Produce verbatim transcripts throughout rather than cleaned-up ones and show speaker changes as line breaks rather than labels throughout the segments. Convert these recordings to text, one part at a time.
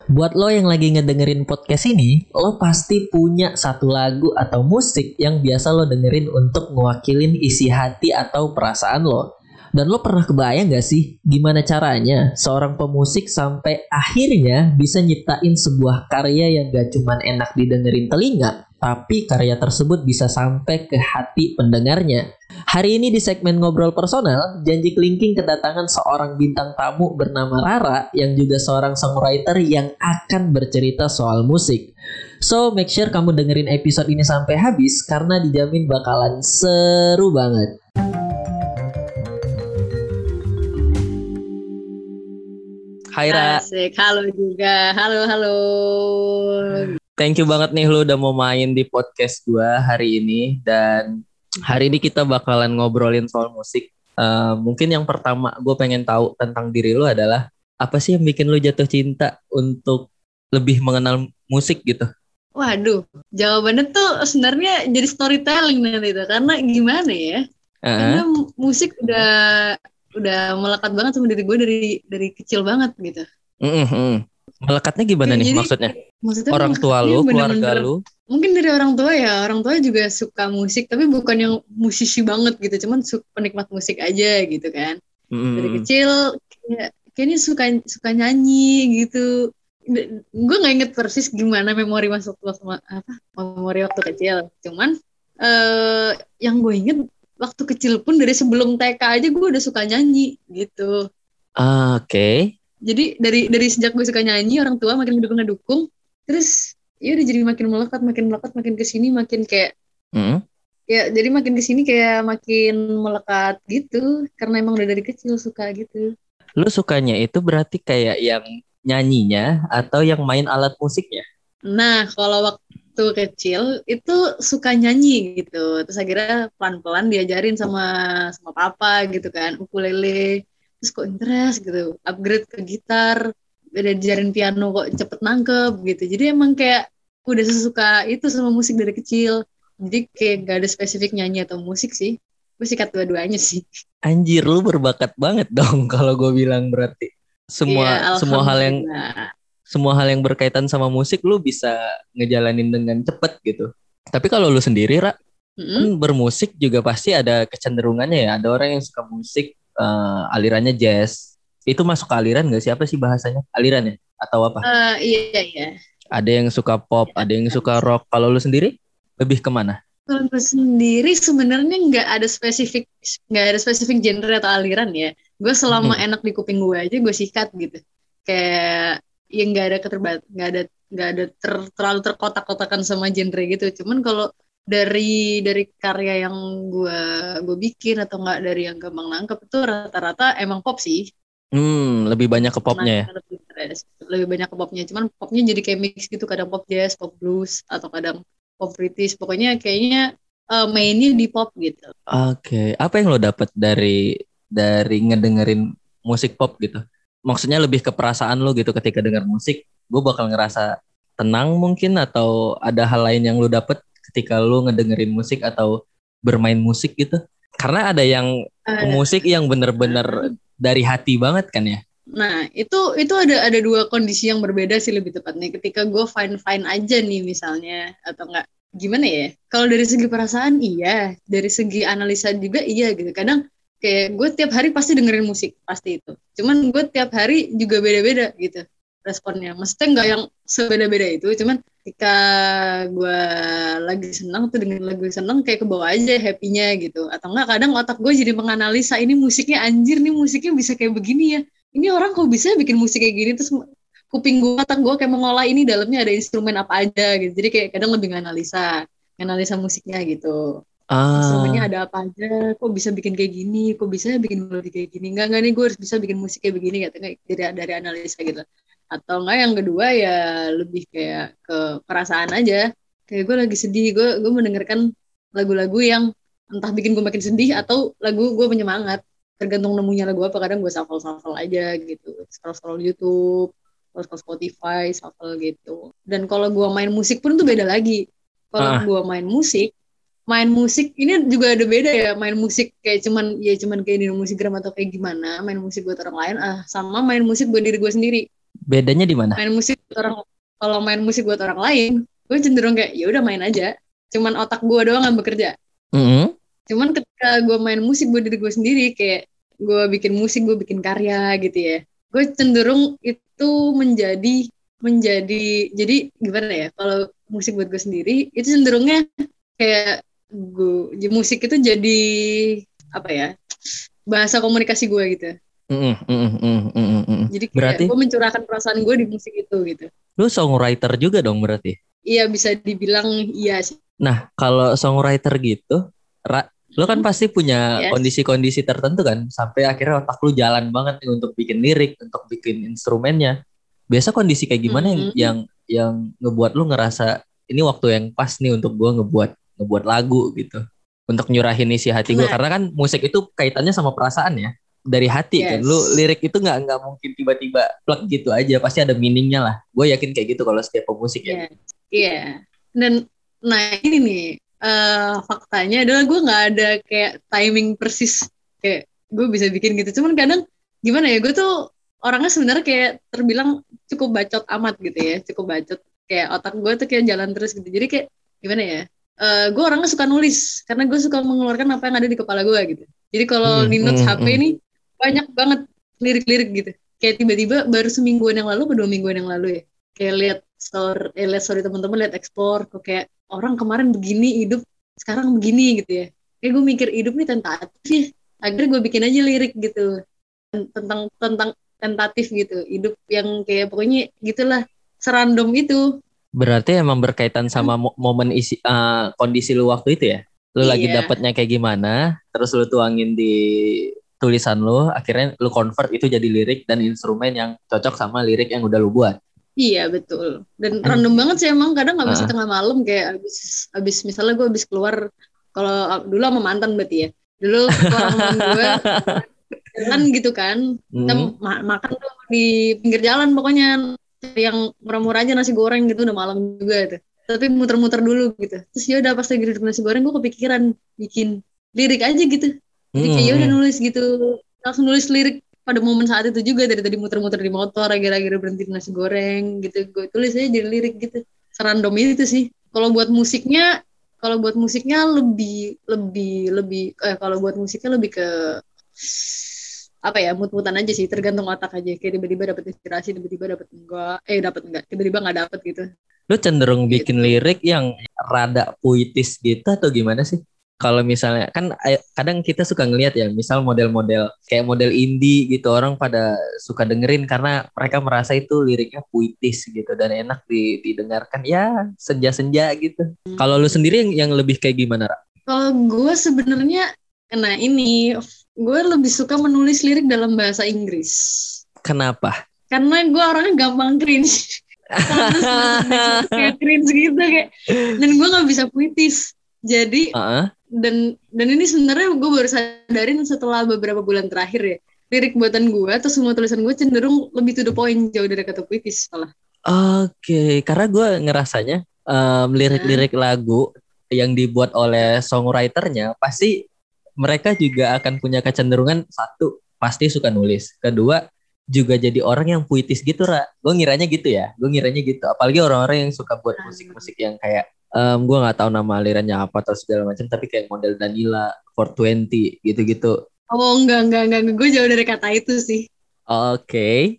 Buat lo yang lagi ngedengerin podcast ini, lo pasti punya satu lagu atau musik yang biasa lo dengerin untuk ngewakilin isi hati atau perasaan lo. Dan lo pernah kebayang gak sih gimana caranya seorang pemusik sampai akhirnya bisa nyiptain sebuah karya yang gak cuman enak didengerin telinga, tapi karya tersebut bisa sampai ke hati pendengarnya. Hari ini di segmen Ngobrol Personal, Janji Kelingking kedatangan seorang bintang tamu bernama Rara yang juga seorang songwriter yang akan bercerita soal musik. So, make sure kamu dengerin episode ini sampai habis karena dijamin bakalan seru banget. Hai Ra.
Asik, halo juga. Halo, halo.
Thank you banget nih lu udah mau main di podcast gua hari ini. Dan hari ini kita bakalan ngobrolin soal musik. Uh, mungkin yang pertama gue pengen tahu tentang diri lu adalah apa sih yang bikin lu jatuh cinta untuk lebih mengenal musik gitu?
Waduh, jawabannya tuh sebenarnya jadi storytelling nanti itu. Karena gimana ya? Uh-huh. Karena musik udah udah melekat banget sama diri gue dari dari kecil banget gitu.
Mm-hmm. Melekatnya gimana ya, nih jadi, maksudnya?
Maksudnya
orang tua lu, keluarga lu?
Mungkin dari orang tua ya, orang tua juga suka musik, tapi bukan yang musisi banget gitu, cuman suka penikmat musik aja gitu kan. Mm. Dari kecil kayak, kayaknya suka suka nyanyi gitu. Gue nggak inget persis gimana memori masuk waktu apa memori waktu kecil. Cuman uh, yang gue inget waktu kecil pun dari sebelum T K aja gue udah suka nyanyi gitu.
Ah, oke. Okay.
Jadi dari dari sejak gue suka nyanyi, orang tua makin mendukung-dukung, terus ya udah jadi makin melekat, makin melekat, makin kesini makin kayak, mm. ya jadi makin kesini kayak makin melekat gitu, karena emang udah dari kecil suka gitu.
Lu sukanya itu berarti kayak yang nyanyinya atau yang main alat musiknya?
Nah, kalau waktu kecil itu suka nyanyi gitu, terus akhirnya pelan-pelan diajarin sama sama papa gitu kan, ukulele. Terus kok interest gitu, upgrade ke gitar, udah diajarin piano kok cepet nangkep gitu. Jadi emang kayak udah sesuka itu sama musik dari kecil. Jadi kayak gak ada spesifik nyanyi atau musik sih. Gue sikat dua-duanya sih.
Anjir, lu berbakat banget dong kalau gue bilang berarti. Semua ya, semua hal yang semua hal yang berkaitan sama musik lu bisa ngejalanin dengan cepet gitu. Tapi kalau lu sendiri, Ra, mm-hmm. kan bermusik juga pasti ada kecenderungannya ya. Ada orang yang suka musik Uh, alirannya jazz. Itu masuk ke aliran nggak sih? Apa sih bahasanya? Aliran ya? Atau apa?
Uh, iya, iya.
Ada yang suka pop, ya, ada yang suka rock. Kalau lu sendiri, lebih kemana?
Kalau gue sendiri sebenarnya nggak ada spesifik, nggak ada spesifik genre atau aliran ya. Gue selama hmm. enak di kuping gue aja, gue sikat gitu. Kayak yang nggak ada keterbat, nggak ada nggak ada ter, terlalu terkotak-kotakan sama genre gitu. Cuman kalau dari dari karya yang gue gue bikin atau enggak dari yang gampang nangkep itu rata-rata emang pop sih.
Hmm, lebih banyak ke popnya ya.
Lebih, lebih banyak ke popnya. Cuman popnya jadi kayak mix gitu, kadang pop jazz, pop blues atau kadang pop British. Pokoknya kayaknya uh, mainnya di pop gitu.
Oke, okay. Apa yang lo dapet dari dari ngedengerin musik pop gitu? Maksudnya lebih ke perasaan lo gitu ketika denger musik. Gue bakal ngerasa tenang mungkin atau ada hal lain yang lo dapet ketika lu ngedengerin musik atau bermain musik gitu? Karena ada yang uh, musik yang bener-bener uh, dari hati banget kan ya?
Nah, itu itu ada ada dua kondisi yang berbeda sih lebih tepatnya. Ketika gue fine-fine aja nih misalnya, atau enggak, gimana ya? Kalau dari segi perasaan iya, dari segi analisa juga iya gitu. Kadang kayak gue tiap hari pasti dengerin musik, pasti itu. Cuman gue tiap hari juga beda-beda gitu responnya. Maksudnya nggak yang sebeda-beda itu, cuman ketika gue lagi senang tuh dengan lagu senang kayak kebawa aja happy-nya gitu. Atau enggak kadang otak gue jadi menganalisa ini musiknya anjir nih musiknya bisa kayak begini ya. Ini orang kok bisa bikin musik kayak gini, terus kuping gue, otak gue kayak mengolah ini dalamnya ada instrumen apa aja gitu. Jadi kayak kadang lebih nganalisa, nganalisa musiknya gitu. Ah. Instrumennya ada apa aja, kok bisa bikin kayak gini, kok bisa bikin melodi kayak gini. Enggak, enggak nih gue harus bisa bikin musik kayak begini gitu. Dari, dari analisa gitu. Atau enggak yang kedua ya lebih kayak ke perasaan aja. Kayak gue lagi sedih, gue gue mendengarkan lagu-lagu yang entah bikin gue makin sedih atau lagu gue penyemangat. Tergantung nemunya lagu apa, kadang gue shuffle-shuffle aja gitu. Scroll-scroll YouTube, scroll Spotify, shuffle gitu. Dan kalau gue main musik pun tuh beda lagi. Kalau ah. gue main musik, main musik ini juga ada beda ya. Main musik kayak cuman ya cuman kayak di musik gram atau kayak gimana. Main musik buat orang lain ah sama main musik buat diri gue sendiri.
Bedanya di mana?
Main musik buat orang, kalau main musik buat orang lain, gue cenderung kayak ya udah main aja. Cuman otak gue doang yang bekerja.
Mm-hmm.
Cuman ketika gue main musik buat diri gue sendiri, kayak gue bikin musik, gue bikin karya gitu ya. Gue cenderung itu menjadi menjadi jadi gimana ya? Kalau musik buat gue sendiri, itu cenderungnya kayak gue musik itu jadi apa ya? Bahasa komunikasi gue gitu.
Mm-mm, mm-mm, mm-mm, mm-mm.
Jadi kayak
Berarti
gue mencurahkan perasaan gue di musik itu gitu.
lu songwriter juga dong berarti?
Iya bisa dibilang iya sih.
Nah, kalau songwriter gitu, Ra, lu kan pasti punya
Yes.
kondisi-kondisi tertentu kan, sampai akhirnya otak lu jalan banget nih untuk bikin lirik, untuk bikin instrumennya. Biasa kondisi kayak gimana yang
Mm-hmm.
yang yang ngebuat lu ngerasa ini waktu yang pas nih untuk gua ngebuat ngebuat lagu gitu, untuk nyurahin isi hati gua.
Nah.
Karena kan musik itu kaitannya sama perasaan ya, dari hati kan.
Yes.
Lu lirik itu nggak nggak mungkin tiba-tiba plek gitu aja, pasti ada meaningnya lah. Gue yakin kayak gitu kalau setiap pemusik ya.
Iya. Yeah. Dan nah ini nih uh, faktanya adalah gue nggak ada kayak timing persis kayak gue bisa bikin gitu. Cuman kadang gimana ya, gue tuh orangnya sebenarnya kayak terbilang cukup bacot amat gitu ya, cukup bacot. Kayak otak gue tuh kayak jalan terus gitu. Jadi kayak gimana ya? Uh, gue orangnya suka nulis karena gue suka mengeluarkan apa yang ada di kepala gue gitu. Jadi kalau
Hmm,
di notes
hmm,
H P
hmm.
ini banyak banget lirik-lirik gitu. Kayak tiba-tiba baru semingguan yang lalu, atau dua mingguan yang lalu ya. Kayak lihat story, eh, lihat story teman-teman, lihat explore, kok kayak orang kemarin begini hidup, sekarang begini gitu ya. Kayak gue mikir hidup nih tentatif ya. Akhirnya gue bikin aja lirik gitu tentang tentang tentatif gitu. Hidup yang kayak pokoknya gitulah, serandom itu.
Berarti emang berkaitan sama mo- momen isi uh, kondisi lu waktu itu ya. Lu
Iya.
lagi dapatnya kayak gimana, terus lu tuangin di tulisan lu, akhirnya lu convert itu jadi lirik dan instrumen yang cocok sama lirik yang udah lu buat.
Iya betul. Dan random banget sih emang, kadang nggak bisa
Uh.
tengah malam kayak abis abis misalnya gue abis keluar, kalau dulu sama mantan berarti ya. Dulu keluar sama temen gue jalan gitu kan, kita
Hmm.
ma- makan tuh di pinggir jalan pokoknya, yang murah-murah aja nasi goreng gitu, udah malam juga tuh. Tapi muter-muter dulu gitu. Terus ya udah pas lagi duduk nasi goreng gue kepikiran bikin lirik aja gitu. Jadi kayak ya udah
Hmm.
nulis gitu, langsung nulis lirik pada momen saat itu juga, dari tadi muter-muter di motor, akhir-akhir berhenti di nasi goreng gitu, gue tulis aja jadi lirik gitu, serandom itu sih. Kalau buat musiknya, kalau buat musiknya lebih lebih lebih eh kalau buat musiknya lebih ke apa ya, mut-mutan aja sih, tergantung otak aja. Kayak tiba-tiba dapat inspirasi, tiba-tiba dapat enggak, eh dapat enggak, tiba-tiba nggak dapat gitu.
Lu cenderung
Gitu.
bikin lirik yang rada puitis gitu atau gimana sih? Kalau misalnya kan kadang kita suka ngelihat ya, misal model-model kayak model indie gitu, orang pada suka dengerin karena mereka merasa itu liriknya puitis gitu dan enak didengarkan ya, senja-senja gitu. Hmm. Kalau lu sendiri yang, yang lebih kayak gimana, Ra?
Kalau gue sebenarnya, nah ini gue lebih suka menulis lirik dalam bahasa Inggris.
Kenapa?
Karena gue orangnya gampang cringe. Kayak cringe gitu kayak, dan gue nggak bisa puitis. Jadi uh-uh. dan dan ini sebenarnya gue baru sadarin setelah beberapa bulan terakhir ya, lirik buatan gue atau semua tulisan gue cenderung lebih to the point, jauh dari kata puitis malah.
Oke, okay. Karena gue ngerasanya um, lirik-lirik nah. lagu yang dibuat oleh songwriternya pasti mereka juga akan punya kecenderungan, satu pasti suka nulis, kedua juga jadi orang yang puitis gitu, Ra. Gue ngiranya gitu ya, gue ngiranya gitu. Apalagi orang-orang yang suka buat musik-musik yang kayak Um, gue nggak tahu nama alirannya apa atau segala macam, tapi kayak model Danila, four twenty gitu-gitu.
Oh enggak enggak enggak, gue jauh dari kata itu sih.
Oke.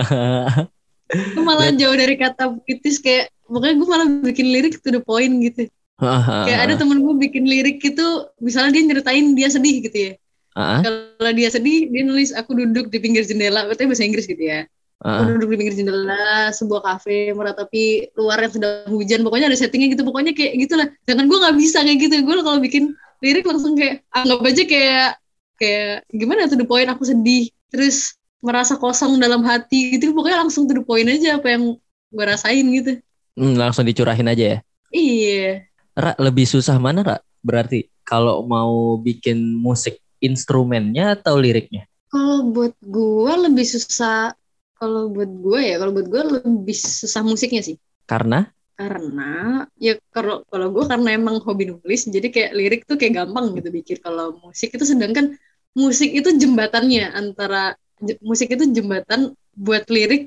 Okay. Gue malah jauh dari kata puitis, kayak pokoknya gue malah bikin lirik to the point gitu. Kayak ada temen gue bikin lirik gitu, misalnya dia nyeritain dia sedih gitu ya. Uh-huh. Kalau dia sedih, dia nulis aku duduk di pinggir jendela, katanya bahasa Inggris gitu ya. Uh. Aku duduk di pinggir jendela sebuah kafe meratapi luar yang sedang hujan, pokoknya ada settingnya gitu, pokoknya kayak gitulah. Jangan gue nggak bisa kayak gitu, gue kalau bikin lirik langsung kayak anggap aja kayak kayak gimana to the point, aku sedih terus merasa kosong dalam hati gitu, pokoknya langsung to the point aja apa yang gue rasain gitu.
Hmm, langsung dicurahin aja ya.
Iya.
Ra, lebih susah mana, Ra? Berarti kalau mau bikin musik, instrumennya atau liriknya?
Kalau buat gue lebih susah. Kalau buat gue ya, kalau buat gue lebih susah musiknya sih.
Karena?
Karena ya kalau kalau gue karena emang hobi nulis, jadi kayak lirik tuh kayak gampang gitu bikin. Kalau musik itu, sedangkan musik itu jembatannya antara musik itu jembatan buat lirik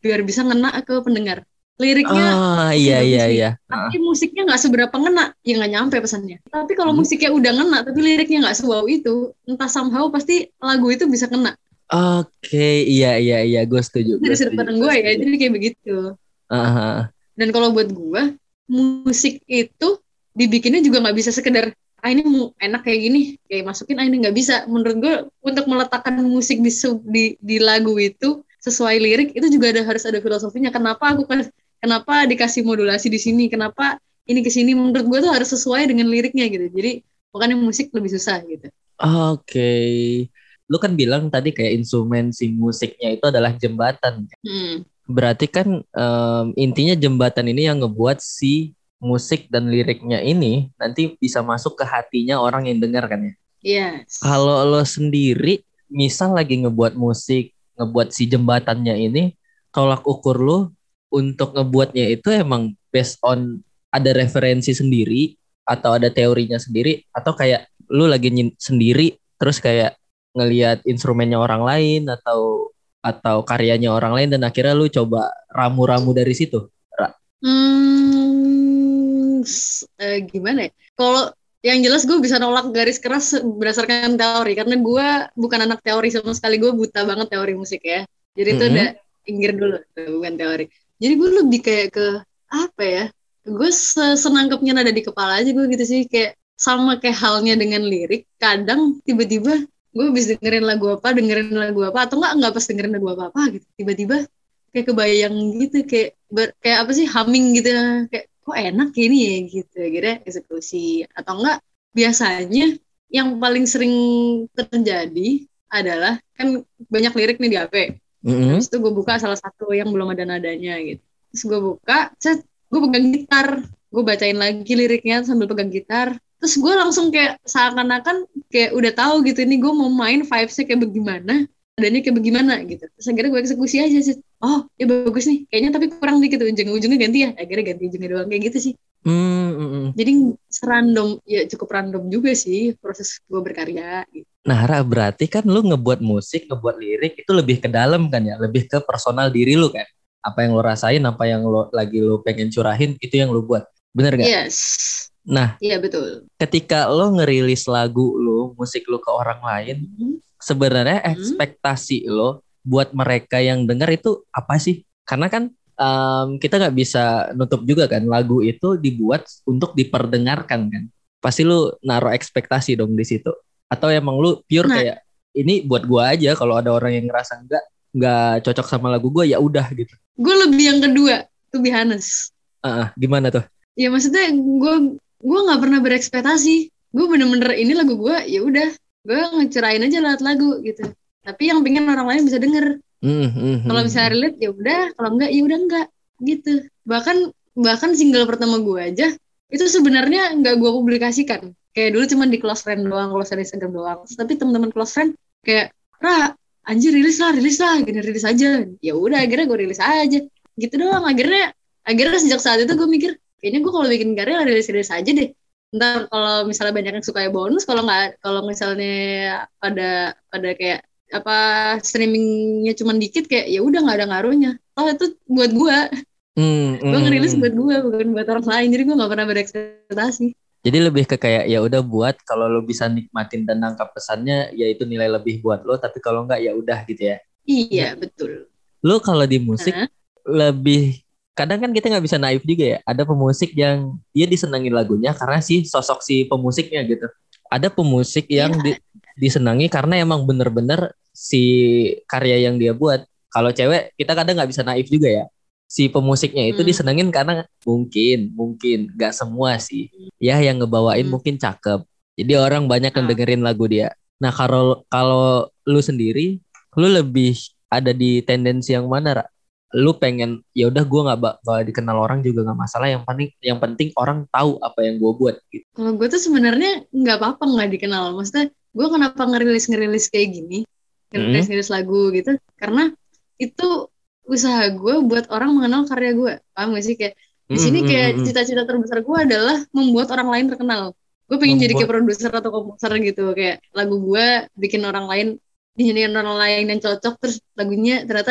biar bisa ngena ke pendengar. Liriknya
Ah
oke
iya
bagus
iya
nih,
iya. Ah,
tapi musiknya nggak seberapa ngena, ya nggak nyampe pesannya. Tapi kalau
hmm.
musiknya udah ngena tapi liriknya nggak sewow itu, entah somehow pasti lagu itu bisa kena.
Oke, iya iya iya, gue setuju,
Itu
gue
dari sudut
setuju,
pandang
gue
gue ya,
setuju.
jadi kayak begitu.
Ah, ah, ah.
Dan kalau buat gue, musik itu dibikinnya juga nggak bisa sekedar ah ini mau enak kayak gini, kayak masukin ah ini nggak bisa. Menurut gue untuk meletakkan musik di di, di lagu itu sesuai lirik itu juga ada harus ada filosofinya. Kenapa aku kenapa dikasih modulasi di sini? Kenapa ini ke sini? Menurut gue tuh harus sesuai dengan liriknya gitu. Jadi makanya musik lebih susah gitu.
Oke. Lu kan bilang tadi kayak instrumen si musiknya itu adalah jembatan.
Hmm.
Berarti kan em, intinya jembatan ini yang ngebuat si musik dan liriknya ini nanti bisa masuk ke hatinya orang yang dengar kan ya.
Yes.
Kalau lo sendiri misal lagi ngebuat musik, ngebuat si jembatannya ini, tolak ukur lo untuk ngebuatnya itu emang based on ada referensi sendiri atau ada teorinya sendiri atau kayak lu lagi nyin- sendiri terus kayak ngelihat instrumennya orang lain atau atau karyanya orang lain dan akhirnya lu coba ramu-ramu dari situ. Ra.
Hmm, eh, gimana ya? Kalau yang jelas gue bisa nolak garis keras berdasarkan teori karena gue bukan anak teori sama sekali, gue buta banget teori musik ya. Jadi itu udah
Mm-mm.
pinggir dulu, bukan teori. Jadi gue lebih kayak ke apa ya? Gue senangkepnya nada di kepala aja gue gitu sih, kayak sama kayak halnya dengan lirik. Kadang tiba-tiba gue habis dengerin lagu apa, dengerin lagu apa, atau enggak enggak pas dengerin lagu apa apa gitu. Tiba-tiba kayak kebayang gitu, kayak ber, kayak apa sih humming gitu, kayak kok enak ini ya gitu, akhirnya eksekusi. Atau enggak biasanya yang paling sering terjadi adalah kan banyak lirik nih di H P,
Mm-mm.
habis itu gue buka salah satu yang belum ada nadanya gitu, terus gue buka, set, gue pegang gitar, gue bacain lagi liriknya sambil pegang gitar, terus gue langsung kayak seakan-akan kayak udah tahu gitu ini gue mau main vibes-nya kayak bagaimana, adanya kayak bagaimana gitu. Terus akhirnya gue eksekusi aja sih. Oh, ya bagus nih. Kayaknya tapi kurang dikit ujung-ujungnya ganti ya. Akhirnya ganti ujungnya doang kayak gitu sih.
Mm-mm.
Jadi serandom, ya cukup random juga sih proses gue berkarya gitu.
Nah, Ra, berarti kan lu ngebuat musik, ngebuat lirik itu lebih ke dalam kan ya, lebih ke personal diri lu kan. Apa yang lo rasain, apa yang lo lagi lo pengen curahin, itu yang lo buat. Bener gak?
Yes.
Nah,
Iya betul.
ketika lo ngerilis lagu lo, musik lo ke orang lain,
Hmm.
sebenarnya
Hmm.
ekspektasi lo buat mereka yang dengar itu apa sih? Karena kan em, kita nggak bisa nutup juga kan, lagu itu dibuat untuk diperdengarkan kan. Pasti lo naruh ekspektasi dong di situ. Atau emang lu pure
Nah,
kayak ini buat gua aja, kalau ada orang yang ngerasa enggak nggak cocok sama lagu gua ya udah gitu.
gue lebih yang kedua, to be honest.
Ah, ah, gimana tuh?
Ya maksudnya gue gue nggak pernah berekspektasi. Gue bener-bener ini lagu gue, ya udah, gue ngecurain aja lewat lagu gitu. Tapi yang pengen orang lain bisa denger.
Hmm, hmm,
Kalau
hmm,
bisa
hmm.
relate ya udah, kalau enggak ya udah enggak gitu. Bahkan bahkan single pertama gue aja itu sebenarnya nggak gue publikasikan. Kayak dulu cuma di close friend doang, close friend Instagram doang. Tapi teman-teman close friend kayak, Ra, anjir rilis lah, rilis lah, gini rilis aja. Ya udah, akhirnya gue rilis aja. Gitu doang. Akhirnya akhirnya sejak saat itu gue mikir, kayaknya gue kalau bikin karya rilis-rilis aja deh. Ntar kalau misalnya banyak yang suka ya bonus, kalau nggak, kalau misalnya pada pada kayak apa streamingnya cuma dikit, kayak ya udah nggak ada ngaruhnya. Oh itu buat gue,
Hmm,
gue
hmm,
ngerilis
hmm.
buat gue bukan buat orang lain. Jadi gue nggak pernah berekspektasi.
Jadi lebih ke kayak ya udah buat kalau lo bisa nikmatin dan nangkap pesannya ya itu nilai lebih buat lo, tapi kalau enggak ya udah gitu ya.
Iya
Nah,
betul.
lo kalau di musik
Hah?
lebih kadang kan kita nggak bisa naif juga ya. Ada pemusik yang dia disenangi lagunya karena si sosok si pemusiknya gitu. Ada pemusik yang
Iya.
di- disenangi karena emang bener-bener si karya yang dia buat. Kalau cewek kita kadang nggak bisa naif juga ya. Si pemusiknya itu
Hmm.
disenengin karena mungkin, mungkin nggak semua sih. Ya yang ngebawain
Hmm.
mungkin cakep. Jadi orang banyak yang
Oh.
dengerin lagu dia. Nah kalau kalau lu sendiri, lu lebih ada di tendensi yang mana, Ra? Lu pengen ya udah gue nggak bak- bakal dikenal orang juga nggak masalah, yang penting yang penting orang tahu apa yang gue buat gitu.
Kalau gue tuh sebenarnya nggak apa-apa nggak dikenal. Maksudnya gue kenapa ngerilis-ngerilis kayak gini,
Mm-mm.
ngerilis-ngerilis lagu gitu, karena itu usaha gue buat orang mengenal karya gue. Paham gak sih? Kayak di
Mm-mm,
sini
mm-mm,
kayak
mm-mm.
cita-cita terbesar gue adalah membuat orang lain terkenal. Gue pengen jadi kayak
Membuat
produser atau komposer gitu. Kayak lagu gue bikin orang lain, dinyanyiin orang lain yang cocok, terus lagunya ternyata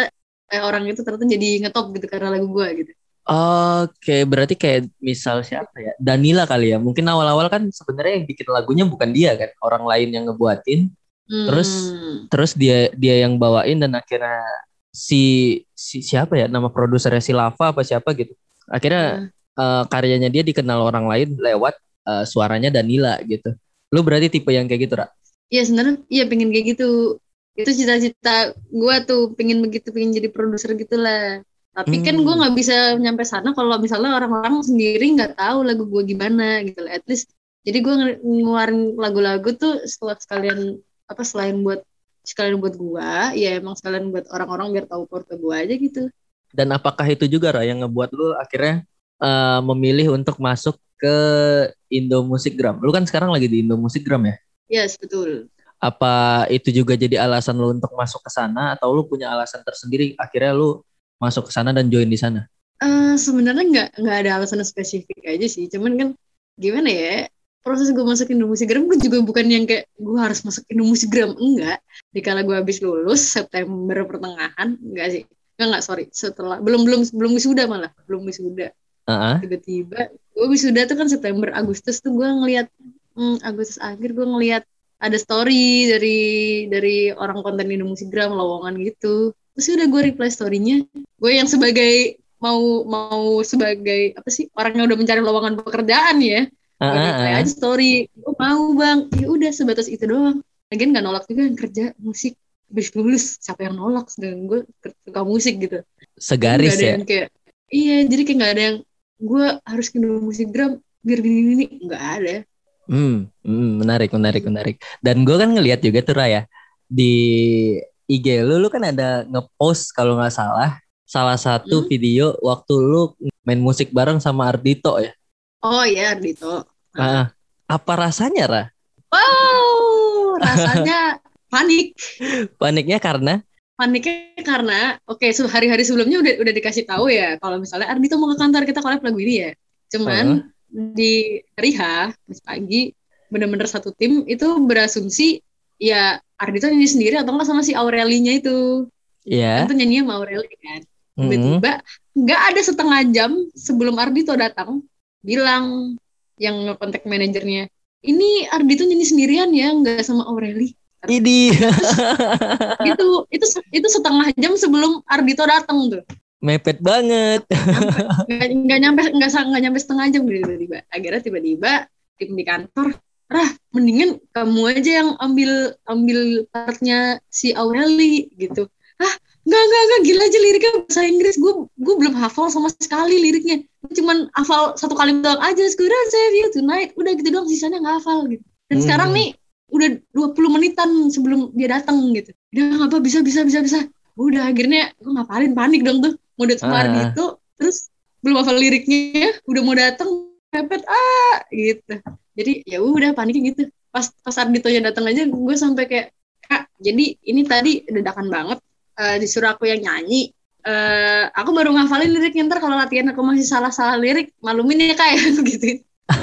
eh, orang itu ternyata jadi ngetop gitu karena lagu gue gitu.
Oke, berarti kayak misal siapa ya? Danila kali ya. Mungkin awal-awal kan sebenarnya yang bikin lagunya bukan dia kan, orang lain yang ngebuatin. Terus
Hmm.
terus dia dia yang bawain dan akhirnya si si siapa ya nama produsernya si Lava apa siapa gitu. Akhirnya uh, karyanya dia dikenal orang lain lewat uh, suaranya Danila gitu. Lu berarti tipe yang kayak gitu, Ra?
Iya sebenarnya iya pengen kayak gitu. Itu cita-cita gue tuh pengen begitu, pengen jadi produser gitulah. Tapi
Hmm.
kan gue nggak bisa nyampe sana kalau misalnya orang-orang sendiri nggak tahu lagu gue gimana gitu. At least jadi gue ngeluarin lagu-lagu tuh setelah sekalian apa selain buat sekalian buat gue, ya emang sekalian buat orang-orang biar tahu porto gue aja gitu.
Dan apakah itu juga Ra yang ngebuat lu akhirnya uh, memilih untuk masuk ke Indo Musikgram? Lu kan sekarang lagi di Indo Musikgram ya?
Yes, betul.
Apa itu juga jadi alasan lu untuk masuk ke sana atau lu punya alasan tersendiri akhirnya lu masuk ke sana dan join di sana?
Uh, sebenarnya nggak nggak ada alasan spesifik aja sih. Cuman kan gimana ya? Proses gue masuk Indo Musikgram gue juga bukan yang kayak gue harus masuk Indo Musikgram, enggak. Dikala gue habis lulus September pertengahan, enggak sih. Enggak, enggak, sorry. Setelah belum belum belum wisuda malah, belum wisuda. Uh-huh. Tiba-tiba gue wisuda tuh kan September Agustus tuh gue ngelihat hmm, Agustus akhir gue ngelihat ada story dari dari orang konten Indo Musikgram lowongan gitu. Terus udah gue reply story-nya. Gue yang sebagai mau mau sebagai apa sih orang yang udah mencari lowongan pekerjaan ya. Gue reply aja story. Gue mau bang. Ya udah sebatas itu doang. Lagian nggak nolak juga yang kerja musik. Habis lulus siapa yang nolak? Sedangkan gue suka musik gitu.
Segaris ya.
Yang kayak, iya jadi kayak nggak ada yang gue harus ke Musikgram biar gini-gini. Nggak ada.
Hmm, hmm, menarik, menarik, menarik. Dan gue kan ngelihat juga tuh Raya di I G lu, lu kan ada ngepost kalau nggak salah salah satu hmm? video waktu lu main musik bareng sama Ardito ya.
Oh iya Ardito.
Nah, apa rasanya Ra?
Wow, rasanya panik.
Paniknya karena?
Paniknya karena, oke okay, hari-hari sebelumnya udah udah dikasih tahu ya kalau misalnya Ardito mau ke kantor kita collab lagu ini ya. Cuman uh. di hari H, pagi, bener-bener satu tim itu berasumsi ya Ardito nyanyi sendiri atau enggak sama si Aurelinya itu.
Iya.
Yeah. Kan tuh nyanyinya sama Aureli kan. Tiba-tiba nggak ada setengah jam sebelum Ardito datang bilang yang kontak manajernya, ini Ardito nyanyi sendirian ya, nggak sama Aureli.
Ini.
Itu itu itu setengah jam sebelum Ardito datang tuh.
Mepet banget.
Nggak nggak nyampe nggak nggak nyampe setengah jam tiba-tiba. Akhirnya tiba-tiba tim di kantor, Rah, mendingan kamu aja yang ambil ambil partnya si Aureli gitu. Hah? Enggak, enggak, enggak, gila aja liriknya bahasa Inggris. Gue gue belum hafal sama sekali liriknya. Cuman hafal satu kali doang aja. Sekarang save you tonight. Udah gitu doang, sisanya nggak hafal gitu. Dan hmm. sekarang nih udah dua puluh menitan sebelum dia datang gitu. Udah apa bisa bisa bisa bisa. Udah akhirnya gue ngapalin, panik dong tuh. Mau datang ah. gitu, terus belum hafal liriknya, udah mau datang pepet ah gitu. Jadi ya udah paniknya gitu. Pas pas Arditonya datang aja gue sampai kayak, Kak, jadi ini tadi dadakan banget. Uh, disuruh aku yang nyanyi, uh, aku baru ngafalin liriknya, ntar kalau latihan aku masih salah-salah lirik, malumin ya kayak gitu.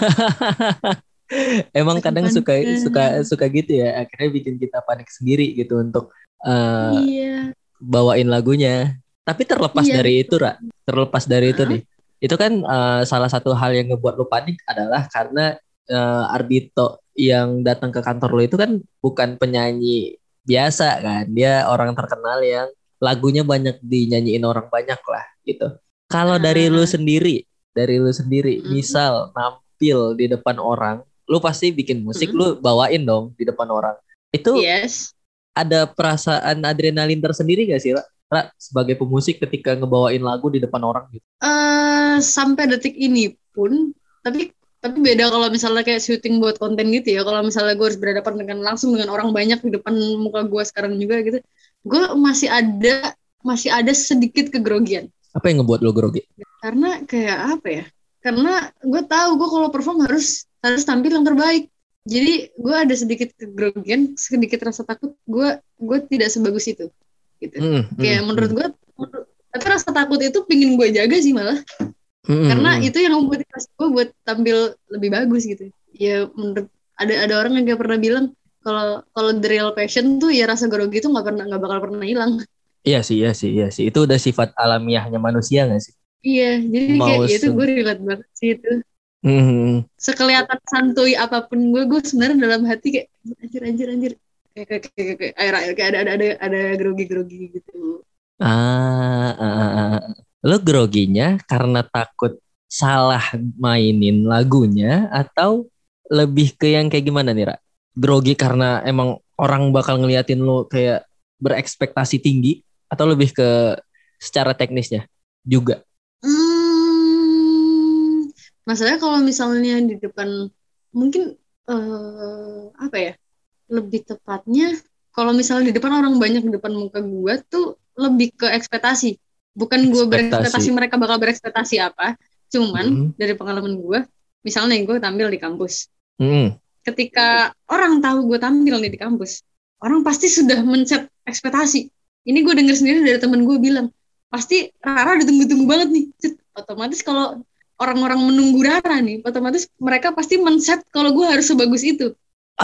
Emang kadang suka suka suka gitu ya, akhirnya bikin kita panik sendiri gitu untuk uh, iya. bawain lagunya. Tapi terlepas iya, dari betul. itu, Ra, terlepas dari uh-huh. itu nih, itu kan uh, salah satu hal yang ngebuat lo panik adalah karena uh, Ardito yang datang ke kantor lo itu kan bukan penyanyi biasa kan, dia orang terkenal yang lagunya banyak dinyanyiin orang banyak lah gitu. Kalau dari lu sendiri, dari lu sendiri, mm-hmm. misal nampil di depan orang, lu pasti bikin musik, mm-hmm. lu bawain dong di depan orang. Itu yes. ada perasaan adrenalin tersendiri gak sih, Ra? Ra, sebagai pemusik ketika ngebawain lagu di depan orang gitu?
Uh, sampai detik ini pun, tapi tapi beda kalau misalnya kayak syuting buat konten gitu ya. Kalau misalnya gue harus berhadapan dengan langsung dengan orang banyak di depan muka gue sekarang juga gitu, gue masih ada masih ada sedikit kegrogian.
Apa yang ngebuat lo grogi?
Karena kayak apa ya? Karena gue tahu gue kalau perform harus harus tampil yang terbaik. Jadi gue ada sedikit kegrogian, sedikit rasa takut. Gue gue tidak sebagus itu. Gitu. Mm, kayak mm, menurut gue, menurut, tapi rasa takut itu pingin gue jaga sih malah. Hmm. Karena itu yang membuat gue buat tampil lebih bagus gitu. Ya menurut ada ada orang yang gak pernah bilang kalau kalau the real passion tuh ya rasa grogi itu nggak pernah nggak bakal pernah hilang.
Iya sih, iya sih, iya sih. Itu udah sifat alamiahnya manusia nggak sih?
Iya, jadi kayak
Mau
ya itu
se-
gue relate banget sih itu.
Hmm.
Sekelihatan santuy apapun gue, gue sebenarnya dalam hati kayak anjir anjir anjir. Kayak kayak kayak, kayak, kayak, air air kayak ada ada ada ada grogi-grogi gitu.
Ah, ah, ah, ah. Lo groginya karena takut salah mainin lagunya atau lebih ke yang kayak gimana nih, Ra? Grogi karena emang orang bakal ngeliatin lo kayak berekspektasi tinggi atau lebih ke secara teknisnya juga?
Hmm, masalahnya kalau misalnya di depan mungkin eh, apa ya? Lebih tepatnya kalau misalnya di depan orang banyak di depan muka gue tuh lebih ke ekspektasi. Bukan gue berekspektasi
Ekspektasi.
mereka bakal berekspektasi apa, cuman
Hmm.
dari pengalaman gue, misalnya gue tampil di kampus.
Hmm.
Ketika orang tahu gue tampil nih di kampus, orang pasti sudah men-set ekspektasi. Ini gue dengar sendiri dari temen gue bilang, pasti Rara ditunggu-tunggu banget nih. Otomatis kalau orang-orang menunggu Rara nih, otomatis mereka pasti men-set kalau gue harus sebagus itu.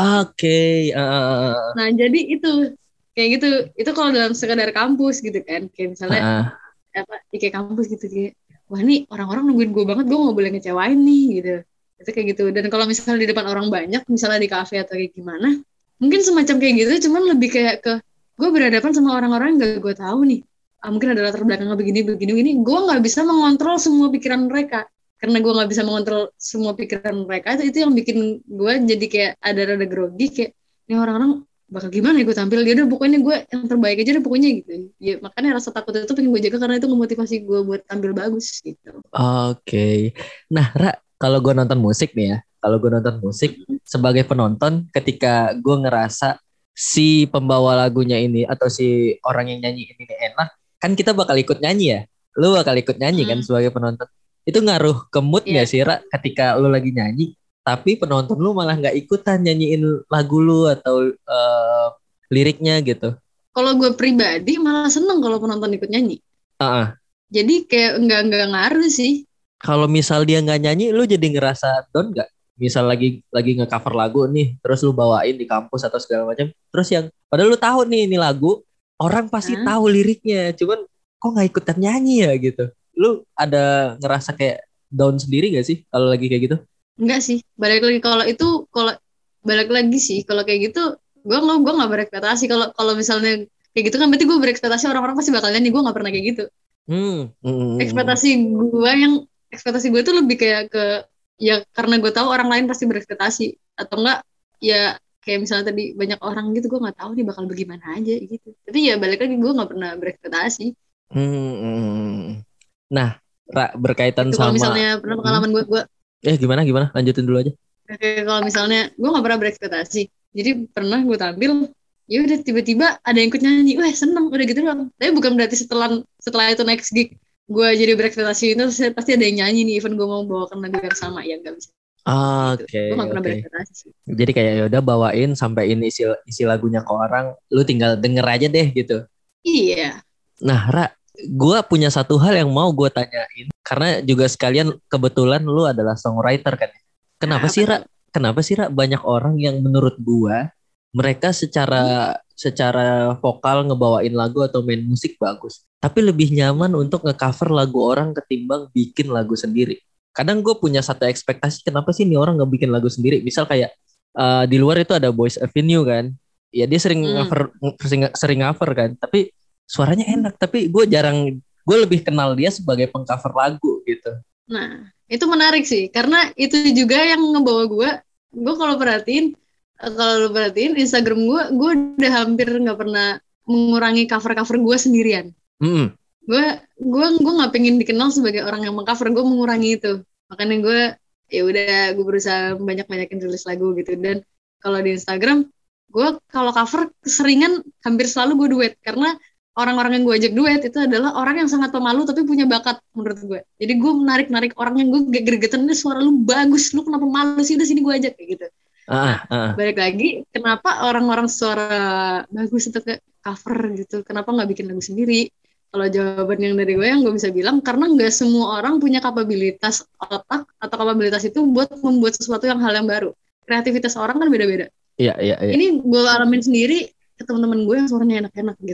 Oke. ah,
Nah, jadi itu kayak gitu. Itu kalau dalam sekadar kampus gitu kan. Kayak
ah,
misalnya
ah.
apa ya kayak kampus gitu kayak wah nih orang-orang nungguin gue banget, gue nggak boleh ngecewain nih gitu. Itu kayak gitu. Dan kalau misalnya di depan orang banyak, misalnya di kafe atau kayak gimana, mungkin semacam kayak gitu, cuman lebih kayak ke gue berhadapan sama orang-orang yang gak gue tahu nih. Ah, mungkin ada latar belakangnya begini begini begini. Gue nggak bisa mengontrol semua pikiran mereka. Karena gue nggak bisa mengontrol semua pikiran mereka, itu, itu yang bikin gue jadi kayak ada rada grogi kayak ini orang-orang bakal gimana ya gue tampil, dia udah pokoknya gue yang terbaik aja deh pokoknya gitu ya, makanya rasa takut itu pengen gue jaga karena itu memotivasi gue buat tampil bagus gitu.
Oke. Nah, Ra, kalau gue nonton musik nih ya, kalau gue nonton musik sebagai penonton, ketika gue ngerasa si pembawa lagunya ini atau si orang yang nyanyi ini enak, kan kita bakal ikut nyanyi ya. Lu bakal ikut nyanyi kan
Hmm,
sebagai penonton. Itu ngaruh ke mood
iya.
nggak sih, Ra, ketika lu lagi nyanyi, tapi penonton lu malah nggak ikutan nyanyiin lagu lu atau eh, liriknya gitu.
Kalau gue pribadi malah seneng kalau penonton ikut nyanyi,
Ah, ah.
jadi kayak nggak nggak ngaruh sih.
Kalau misal dia nggak nyanyi, lu jadi ngerasa down nggak? Misal lagi lagi nge-cover lagu nih, terus lu bawain di kampus atau segala macam, terus yang padahal lu tahu nih ini lagu, orang pasti
Hah?
tahu liriknya, cuman kok nggak ikutan nyanyi ya gitu. Lu ada ngerasa kayak down sendiri gak sih kalau lagi kayak gitu?
Enggak sih, balik lagi kalau itu, kalau balik lagi sih kalau kayak gitu gue nggak gue nggak berekspektasi. Kalau kalau misalnya kayak gitu kan berarti gue berekspektasi orang-orang pasti bakal nyanyi, gue nggak pernah kayak gitu.
Hmm, hmm, hmm, hmm.
Ekspektasi gue yang ekspektasi gue tuh lebih kayak ke ya karena gue tahu orang lain pasti berekspektasi, atau enggak ya kayak misalnya tadi banyak orang gitu, gue nggak tahu nih bakal bagaimana aja gitu, tapi ya balik lagi gue nggak pernah berekspektasi.
Hmm, hmm, hmm. Nah, Ra, berkaitan
Itu kalau
sama
misalnya pernah
hmm?
pengalaman gue gue
Eh gimana gimana? Lanjutin dulu aja.
kayak kalau misalnya gue nggak pernah berekspektasi, jadi pernah gue tampil ya udah tiba-tiba ada yang ikut nyanyi, wah seneng udah gitu doang. Tapi bukan berarti setelah setelah itu next gig gue jadi berekspektasi itu pasti ada yang nyanyi nih even gue mau bawakan lagu yang sama, ya nggak bisa gitu.
Oke,
Gue nggak pernah
oke.
berekspektasi sih.
Jadi kayak ya udah bawain sampai ini isi isi lagunya ke orang, lu tinggal denger aja deh gitu.
Iya.
Nah, Ra, gue punya satu hal yang mau gue tanyain karena juga sekalian kebetulan lu adalah songwriter kan.
Nah,
Kenapa
apa
sih, Ra?
tuh?
Kenapa sih, Ra, banyak orang yang menurut gue mereka
Hmm?
secara secara vokal ngebawain lagu atau main musik bagus, tapi lebih nyaman
Hmm?
untuk ngecover lagu orang ketimbang bikin lagu sendiri. Kadang gue punya satu ekspektasi kenapa sih nih orang nggak bikin lagu sendiri? Misal kayak eh, di luar itu ada Boys Avenue kan, ya dia sering
Hmm.
cover sering, sering cover kan, tapi suaranya enak. Tapi gue jarang, gue lebih kenal dia sebagai pengcover lagu gitu.
Nah, itu menarik sih karena itu juga yang ngebawa gue gue kalau perhatiin eh, kalau lu perhatiin Instagram gue gue udah hampir nggak pernah mengurangi cover-cover gue sendirian.
Hmm.
gue gue gue nggak pengen dikenal sebagai orang yang mengcover, gue mengurangi itu. Makanya gue ya udah gue berusaha banyak-banyakin tulis lagu gitu. Dan kalau di Instagram gue kalau cover keseringan hampir selalu gue duet, karena orang-orang yang gue ajak duet itu adalah orang yang sangat pemalu tapi punya bakat menurut gue. Jadi gue menarik-narik orang yang gue gregetan, ini suara lu bagus, lu kenapa malu sih, udah sini gue ajak kayak gitu. Nah,
Ah, ah, ah.
balik lagi kenapa orang-orang suara bagus itu kayak cover gitu, kenapa nggak bikin lagu sendiri? Kalau jawaban yang dari gue yang gue bisa bilang, karena nggak semua orang punya kapabilitas otak atau kapabilitas itu buat membuat sesuatu yang hal yang baru. Kreativitas orang kan beda-beda.
Iya, iya, iya.
Ini gue alamin sendiri ke teman-teman gue yang suaranya enak-enak gitu.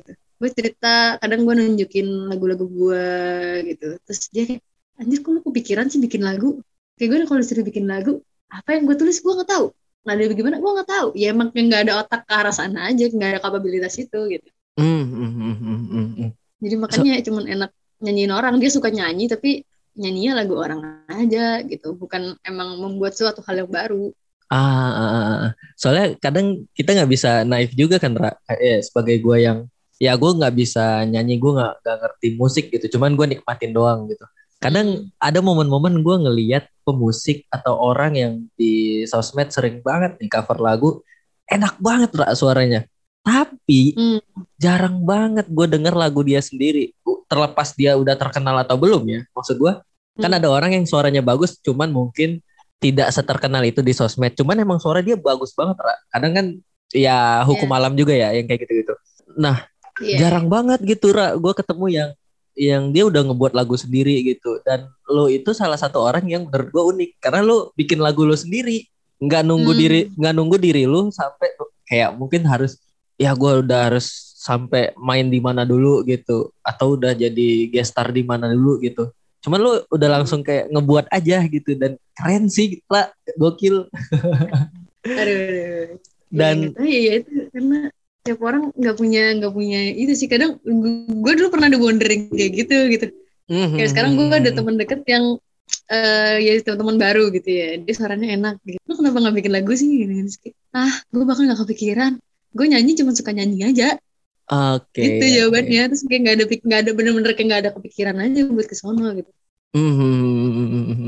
gue cerita, kadang gue nunjukin lagu-lagu gue gitu, terus dia kayak, anjir kok lu kepikiran sih bikin lagu, kayak gue kalau disuruh bikin lagu apa yang gue tulis gue nggak tahu, nah dari bagaimana gue nggak tahu, ya emang nggak ada otak ke arah sana aja, nggak ada kapabilitas itu gitu.
Mm, mm, mm, mm, mm, mm.
Jadi
So,
makanya cuman enak nyanyiin orang, dia suka nyanyi tapi nyanyinya lagu orang aja gitu, bukan emang membuat suatu hal yang baru.
ah, ah, ah, ah. Soalnya kadang kita nggak bisa naif juga kan, Ra. Eh, sebagai gue yang ya gue nggak bisa nyanyi, gue nggak nggak ngerti musik gitu. Cuman gue nikmatin doang gitu. Kadang
Hmm.
ada momen-momen gue ngeliat pemusik atau orang yang di sosmed sering banget nih cover lagu, enak banget Ra suaranya. Tapi
Hmm.
jarang banget gue denger lagu dia sendiri. Terlepas dia udah terkenal atau belum ya. Maksud gue kan
Hmm.
ada orang yang suaranya bagus, cuman mungkin tidak seterkenal itu di sosmed. Cuman emang suara dia bagus banget, Ra. Kadang kan ya hukum
Yes.
alam juga ya yang kayak gitu-gitu. Nah,
Iya.
jarang banget gitu, Ra. Gue ketemu yang yang dia udah ngebuat lagu sendiri gitu. Dan lo itu salah satu orang yang menurut gue unik karena lo bikin lagu lo sendiri. Nggak nunggu
Hmm.
diri, nggak nunggu diri lo sampai kayak mungkin harus ya gue udah harus sampai main di mana dulu gitu atau udah jadi guest star di mana dulu gitu. Cuman lu udah langsung kayak ngebuat aja gitu dan keren sih lah, gokil.
Aduh, aduh. Ya
Dan
nggak tahu ya, ya itu karena tiap orang nggak punya nggak punya itu sih, kadang gue dulu pernah ada wondering kayak gitu gitu, kayak sekarang gue ada teman deket yang uh, ya teman-teman baru gitu ya, dia suaranya enak gitu, lu kenapa nggak bikin lagu sih gitu, ah gue bahkan nggak kepikiran, gue nyanyi cuma suka nyanyi aja.
oke,
Gitu
oke.
jawabannya, terus kayak nggak ada nggak ada bener-bener kayak nggak ada kepikiran aja buat ke sono gitu.
Mhm.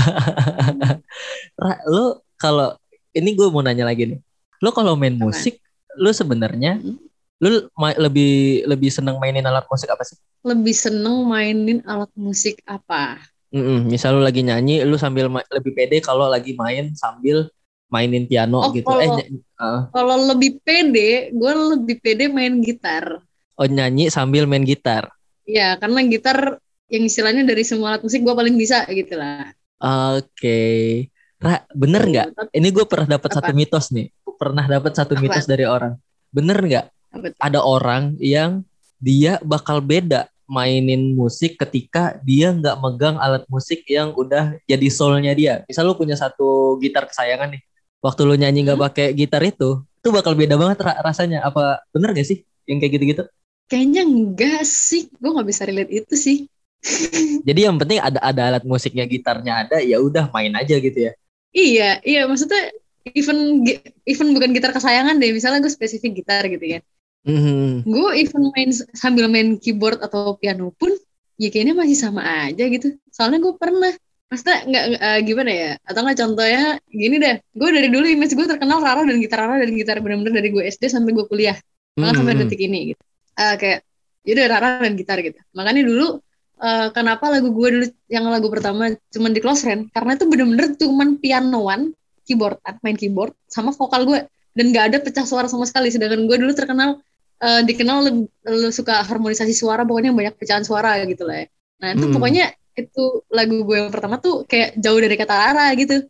Ra, lu kalau ini gue mau nanya lagi nih. Lu kalau main
Apa?
musik, lu sebenarnya
Hmm.
lu ma- lebih lebih seneng mainin alat musik apa sih?
Lebih seneng mainin alat musik apa?
Mm-mm. Misal lu lagi nyanyi, lu sambil ma- lebih pede kalau lagi main sambil mainin piano
Oh,
gitu. Eh,
kalau
ny- uh,
kalau lebih pede, gue lebih pede main gitar.
oh nyanyi sambil main gitar.
Ya, karena gitar yang istilahnya dari semua alat musik gue paling bisa gitu lah.
Oke, Ra, bener nggak?
Tuh, tapi
Ini gue pernah dapat
apa?
satu mitos nih. Pernah dapat satu mitos
Apa?
dari orang. Bener nggak?
Apa tuh?
Ada orang yang dia bakal beda mainin musik ketika dia nggak megang alat musik yang udah jadi soulnya dia. Misal lu punya satu gitar kesayangan nih. Waktu lu nyanyi nggak
Hmm?
pakai gitar itu, itu bakal beda banget ra- rasanya. Apa bener gak sih yang kayak gitu-gitu?
Kayaknya enggak sih, gue nggak bisa relate itu sih.
Jadi yang penting ada ada alat musiknya, gitarnya ada, ya udah main aja gitu ya.
Iya, iya maksudnya even even bukan gitar kesayangan deh, misalnya gue spesifik gitar gitu ya.
Mhm.
Gue even main sambil main keyboard atau piano pun ya kayaknya masih sama aja gitu. Soalnya gue pernah, maksudnya nggak uh, gimana ya? Atau nggak contohnya gini deh, gue dari dulu image gue terkenal Rara dan gitar Rara dan gitar bener-bener dari gue S D sampai gue kuliah, bahkan sampai
Mhm.
detik ini gitu. Uh, kayak jadi Rara dan gitar gitu. Makanya dulu uh, kenapa lagu gue dulu yang lagu pertama cuman di Close Friend, karena itu bener-bener cuman pianoan, keyboard, main keyboard sama vokal gue dan nggak ada pecah suara sama sekali. Sedangkan gue dulu terkenal Uh, dikenal lu, lu suka harmonisasi suara, pokoknya banyak pecahan suara gitu lah ya. Nah itu
Mhm.
pokoknya itu lagu gue yang pertama tuh kayak jauh dari kata Rara gitu.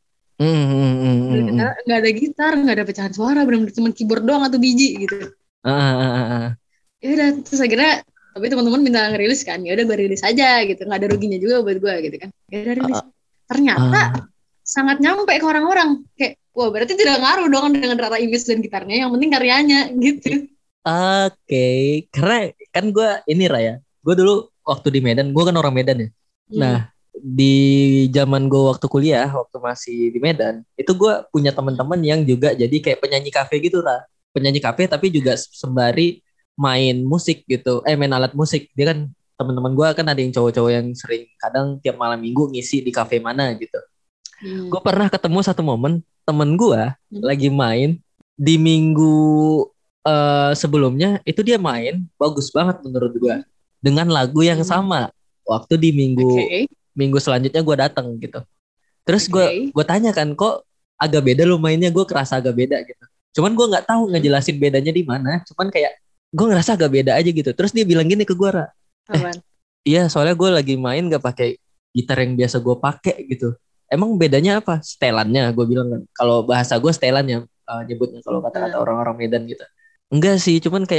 Mhm.
Nggak ada gitar, nggak ada pecahan suara, benar-benar cuma keyboard doang atau biji gitu.
Ah, ah, ah, ah.
Ya udah, terus akhirnya tapi teman-teman minta ngerilis kan, ya udah gue rilis aja gitu, nggak ada ruginya juga buat gue gitu kan. Ya udah rilis. Ternyata
Ah.
sangat nyampe ke orang-orang, kayak wah berarti tidak ngaruh dong dengan Rara image dan gitarnya, yang penting karyanya gitu.
Oke, karena kan gue ini Raya, gue dulu waktu di Medan, gue kan orang Medan ya. Nah,
Hmm.
di zaman gue waktu kuliah, waktu masih di Medan, itu gue punya teman-teman yang juga jadi kayak penyanyi kafe gitu lah, penyanyi kafe tapi juga sembari main musik gitu, eh main alat musik. Dia kan teman-teman gue kan ada yang cowok-cowok yang sering kadang tiap malam minggu ngisi di kafe mana gitu.
Hmm.
Gue pernah ketemu satu momen temen gue
Hmm.
lagi main di minggu uh, sebelumnya itu dia main bagus banget menurut gue dengan lagu yang
Hmm.
sama. Waktu di minggu
Okay.
minggu selanjutnya gue datang gitu. Terus gue
Okay.
gue tanya kan kok agak beda lo mainnya, gue kerasa agak beda gitu. Cuman gue nggak tahu
Hmm.
ngejelasin bedanya di mana. Cuman kayak gue ngerasa agak beda aja gitu. Terus dia bilang gini ke gue, Ra, eh
Apaan?
iya soalnya gue lagi main gak pakai gitar yang biasa gue pakai gitu. Emang bedanya apa? Setelannya, gue bilang kan. Kalau bahasa gue setelannya uh, nyebutnya kalau kata-kata
Hmm.
orang-orang Medan gitu. Enggak sih, cuman kayak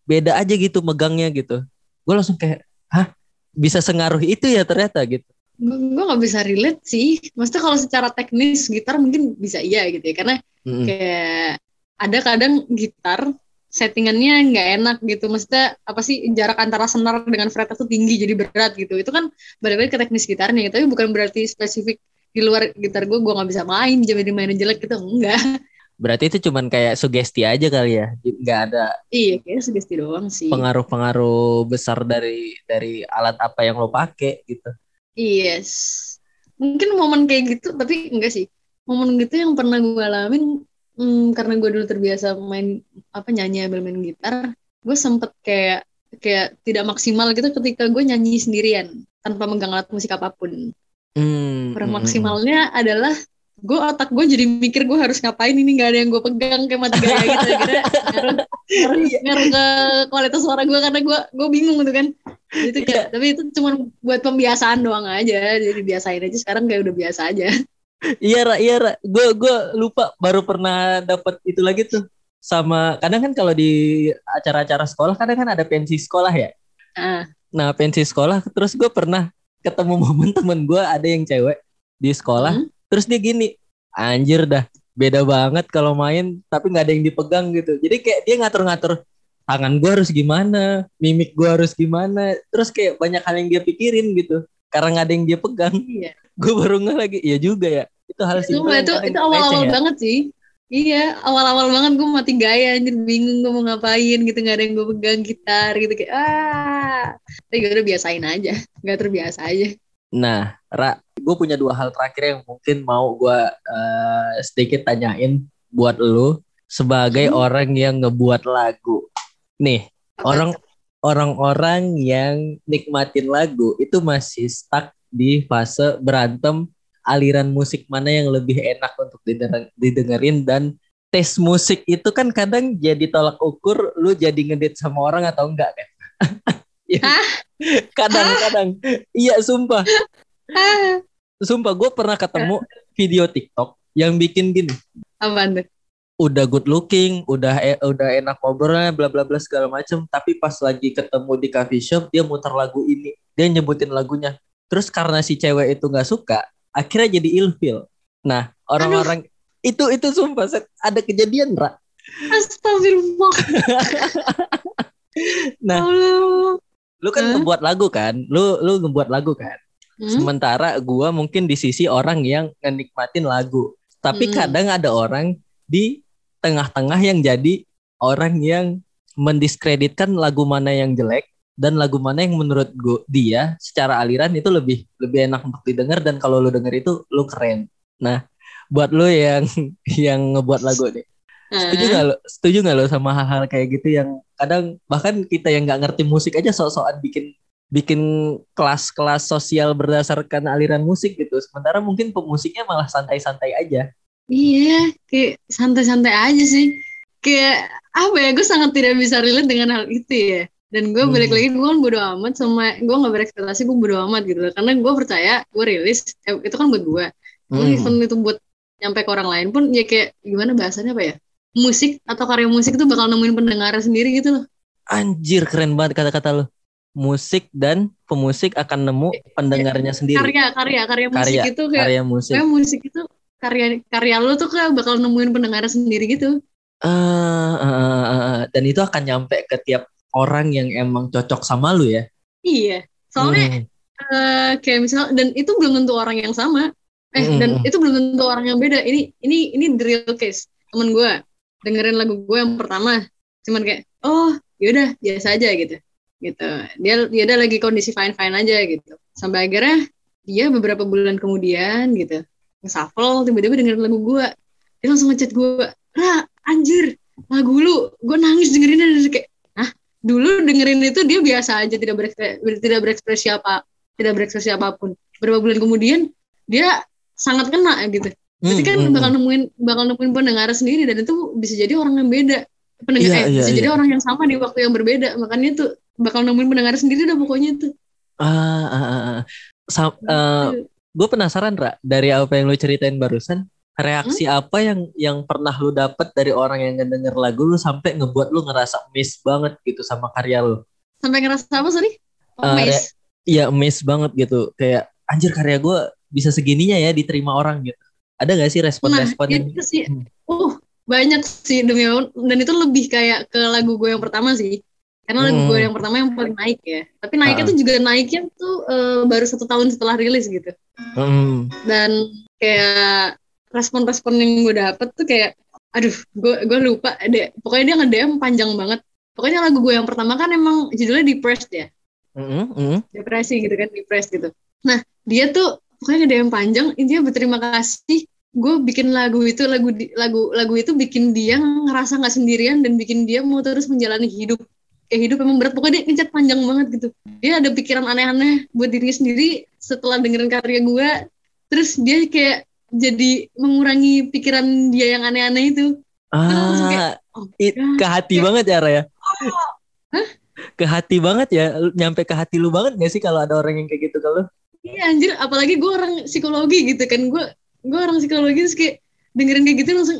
beda aja gitu megangnya gitu. Gue langsung kayak, hah, bisa sengaruh itu ya ternyata gitu.
Gue nggak bisa relate sih. Maksudnya kalau secara teknis gitar mungkin bisa iya gitu ya. Karena
Mm-mm.
kayak ada kadang gitar settingannya nggak enak gitu. Maksudnya apa sih jarak antara senar dengan fretnya tuh tinggi jadi berat gitu. Itu kan balik-balik ke teknis gitarnya. Tapi bukan berarti spesifik di luar gitar gue gue nggak bisa main jadi mainnya jelek gitu. Enggak.
Berarti itu cuman kayak sugesti aja kali ya, nggak ada
Iya kayak sugesti doang sih.
pengaruh-pengaruh besar dari dari alat apa yang lo pakai gitu.
Yes. Mungkin momen kayak gitu, tapi enggak sih. Momen gitu yang pernah gue alamin, hmm, karena gue dulu terbiasa main apa nyanyi sambil main gitar, gue sempet kayak kayak tidak maksimal gitu ketika gue nyanyi sendirian tanpa megang alat musik apapun.
Hmm,
Kurang
mm, mm, mm.
maksimalnya adalah gue otak gue jadi mikir gue harus ngapain ini nggak ada yang gue pegang kayak mati gaya gitu akhirnya ngaruh ngaruh, ngaruh ke kualitas suara gue karena gue gue bingung gitu kan. Itu kayak, tapi itu cuma buat pembiasaan doang aja, jadi biasain aja sekarang kayak udah biasa aja.
Iya Ra, iya Ra. Gue gue lupa baru pernah dapat itu lagi tuh. Sama kadang kan kalau di acara-acara sekolah kadang kan ada pensi sekolah ya.
Ah.
Nah pensi sekolah terus gue pernah ketemu momen temen gue ada yang cewek di sekolah.
Hmm.
Terus dia gini, anjir dah beda banget kalau main tapi nggak ada yang dipegang gitu. Jadi kayak dia ngatur-ngatur tangan gue harus gimana, mimik gue harus gimana. Terus kayak banyak hal yang dia pikirin gitu. Karena nggak ada yang dia pegang.
Iya.
Gue baru nggak lagi, iya juga ya. Itu hal
Itu
simpel yang
itu
kadang
itu awal-awal
receh ya.
banget sih. Iya, awal-awal banget gue mati gaya anjir, bingung gue mau ngapain gitu, nggak ada yang gue pegang gitar gitu kayak ah. Tapi gue udah biasain aja, nggak terbiasa aja.
Nah, Ra, gue punya dua hal terakhir yang mungkin mau gue uh, sedikit tanyain buat lu sebagai
Hmm?
orang yang ngebuat lagu. Nih,
Apa
orang
tuh?
orang-orang yang nikmatin lagu itu masih stuck di fase berantem aliran musik mana yang lebih enak untuk didengar- didengerin dan tes musik itu kan kadang jadi tolak ukur lu jadi ngedate sama orang atau enggak kan?
Hah?
Kadang-kadang, iya sumpah.
Ah.
Sumpah gue pernah ketemu video TikTok yang bikin gini.
Apaan tuh?
Udah good looking, udah e- udah enak ngobrolnya, bla bla bla segala macem. Tapi pas lagi ketemu di coffee shop, dia muter lagu ini, dia nyebutin lagunya. Terus karena si cewek itu nggak suka, akhirnya jadi ilfeel. Nah,
Aduh,
orang-orang itu itu sumpah Set, ada kejadian, Ra.
astagfirullah.
Nah,
Allah.
lu kan
Hah?
ngebuat lagu kan, lu lu ngebuat lagu kan.
Hmm?
Sementara gua mungkin di sisi orang yang ngenikmatin lagu. Tapi
Hmm.
kadang ada orang di tengah-tengah yang jadi orang yang mendiskreditkan lagu mana yang jelek dan lagu mana yang menurut gua, dia secara aliran itu lebih lebih enak untuk didengar dan kalau lu denger itu lu keren. Nah, buat lu yang yang ngebuat lagu nih, setuju nggak
Ah.
lo? Setuju nggak lo sama hal-hal kayak gitu yang kadang bahkan kita yang nggak ngerti musik aja sok-sokan bikin bikin kelas-kelas sosial berdasarkan aliran musik gitu. Sementara mungkin pemusiknya malah santai-santai aja.
Iya, kayak santai-santai aja sih. Kayak apa ya, gue sangat tidak bisa relate dengan hal itu ya. Dan gue balik
Hmm.
lagi, gue kan bodo amat sama, gue gak berekspektasi, gue bodo amat gitu. Karena gue percaya, gue rilis, eh, itu kan buat gue. Kalau
Hmm.
event itu buat nyampe ke orang lain pun, ya kayak gimana bahasanya apa ya? Musik atau karya musik itu bakal nemuin pendengar sendiri gitu loh.
Anjir keren banget kata-kata lo. Musik dan pemusik akan nemu pendengarnya sendiri.
Karya, karya, karya musik
Karya,
itu kayak,
karya musik.
kayak musik itu karya karya lo tuh kayak bakal nemuin pendengar sendiri gitu.
Ah, ah, ah, ah. Dan itu akan nyampe ke tiap orang yang emang cocok sama lu ya.
Iya, soalnya
Hmm.
eh, kayak misal, dan itu belum tentu orang yang sama. Eh,
Hmm,
dan
hmm.
itu belum tentu orang yang beda. Ini ini ini the real case. Temen gue dengerin lagu gue yang pertama, cuman kayak, oh yaudah biasa aja gitu, gitu. Dia dia udah lagi kondisi fine fine aja gitu. Sampai akhirnya dia beberapa bulan kemudian gitu nge-shuffle, tiba-tiba dengerin lagu gue, dia langsung ngechat gue, Ra, anjir, lagu lu, gue nangis dengerinnya. Dan kayak, ah, dulu dengerin itu dia biasa aja, tidak berekspresi, tidak berekspresi apa, tidak berekspresi apapun. Beberapa bulan kemudian dia sangat kena gitu. Berarti kan
Hmm, hmm,
bakal
hmm.
nemuin bakal nemuin pendengar sendiri, dan itu bisa jadi orang yang beda. Pendengar
Iya,
eh
iya,
bisa
iya.
jadi orang yang sama di waktu yang berbeda. Makanya tuh bakal nemuin pendengar sendiri dah pokoknya tuh.
Ah, ah, ah, ah. Sam- eh,
Gitu.
gue penasaran Ra, dari apa yang lu ceritain barusan, reaksi apa yang yang pernah lu dapat dari orang yang ngedenger lagu lu sampai ngebuat lu ngerasa miss banget gitu sama karya lu?
Sampai ngerasa apa sorry? Oh,
Uh, re-
miss.
Iya miss banget gitu. Kayak anjir karya gue bisa segininya ya diterima orang gitu. Ada gak sih
Nah,
respon-respon yang
itu sih.
hmm.
Uh, banyak sih demi Allah. Dan itu lebih kayak ke lagu gue yang pertama sih. Karena lagu gue
Hmm.
yang pertama yang paling naik ya. Tapi naiknya
Uh-uh.
tuh juga naiknya tuh uh, baru satu tahun setelah rilis gitu.
Hmm.
Dan kayak respon-respon yang gue dapet tuh kayak, aduh, gue gue lupa deh. Pokoknya dia nge-D M panjang banget. Pokoknya lagu gue yang pertama kan emang judulnya Depressed ya.
Mm-hmm.
Depresi gitu kan, depressed gitu. Nah, dia tuh pokoknya nge-D M panjang, intinya berterima kasih. Gue bikin lagu itu, lagu lagu lagu itu bikin dia ngerasa nggak sendirian dan bikin dia mau terus menjalani hidup. Kayak hidup emang berat, pokoknya dia ngecat panjang banget gitu. Dia ada pikiran aneh-aneh buat dirinya sendiri setelah dengerin karya gue. Terus dia kayak jadi mengurangi pikiran dia yang aneh-aneh itu.
Ah,
kayak, oh,
it,
ya,
ke hati
kayak,
banget ya Raya.
Hah?
Ke hati banget ya, nyampe ke hati lu banget gak sih kalau ada orang yang kayak gitu kalau?
Iya anjir, apalagi gue orang psikologi gitu kan, gue gue orang psikologi terus kayak dengerin kayak gitu langsung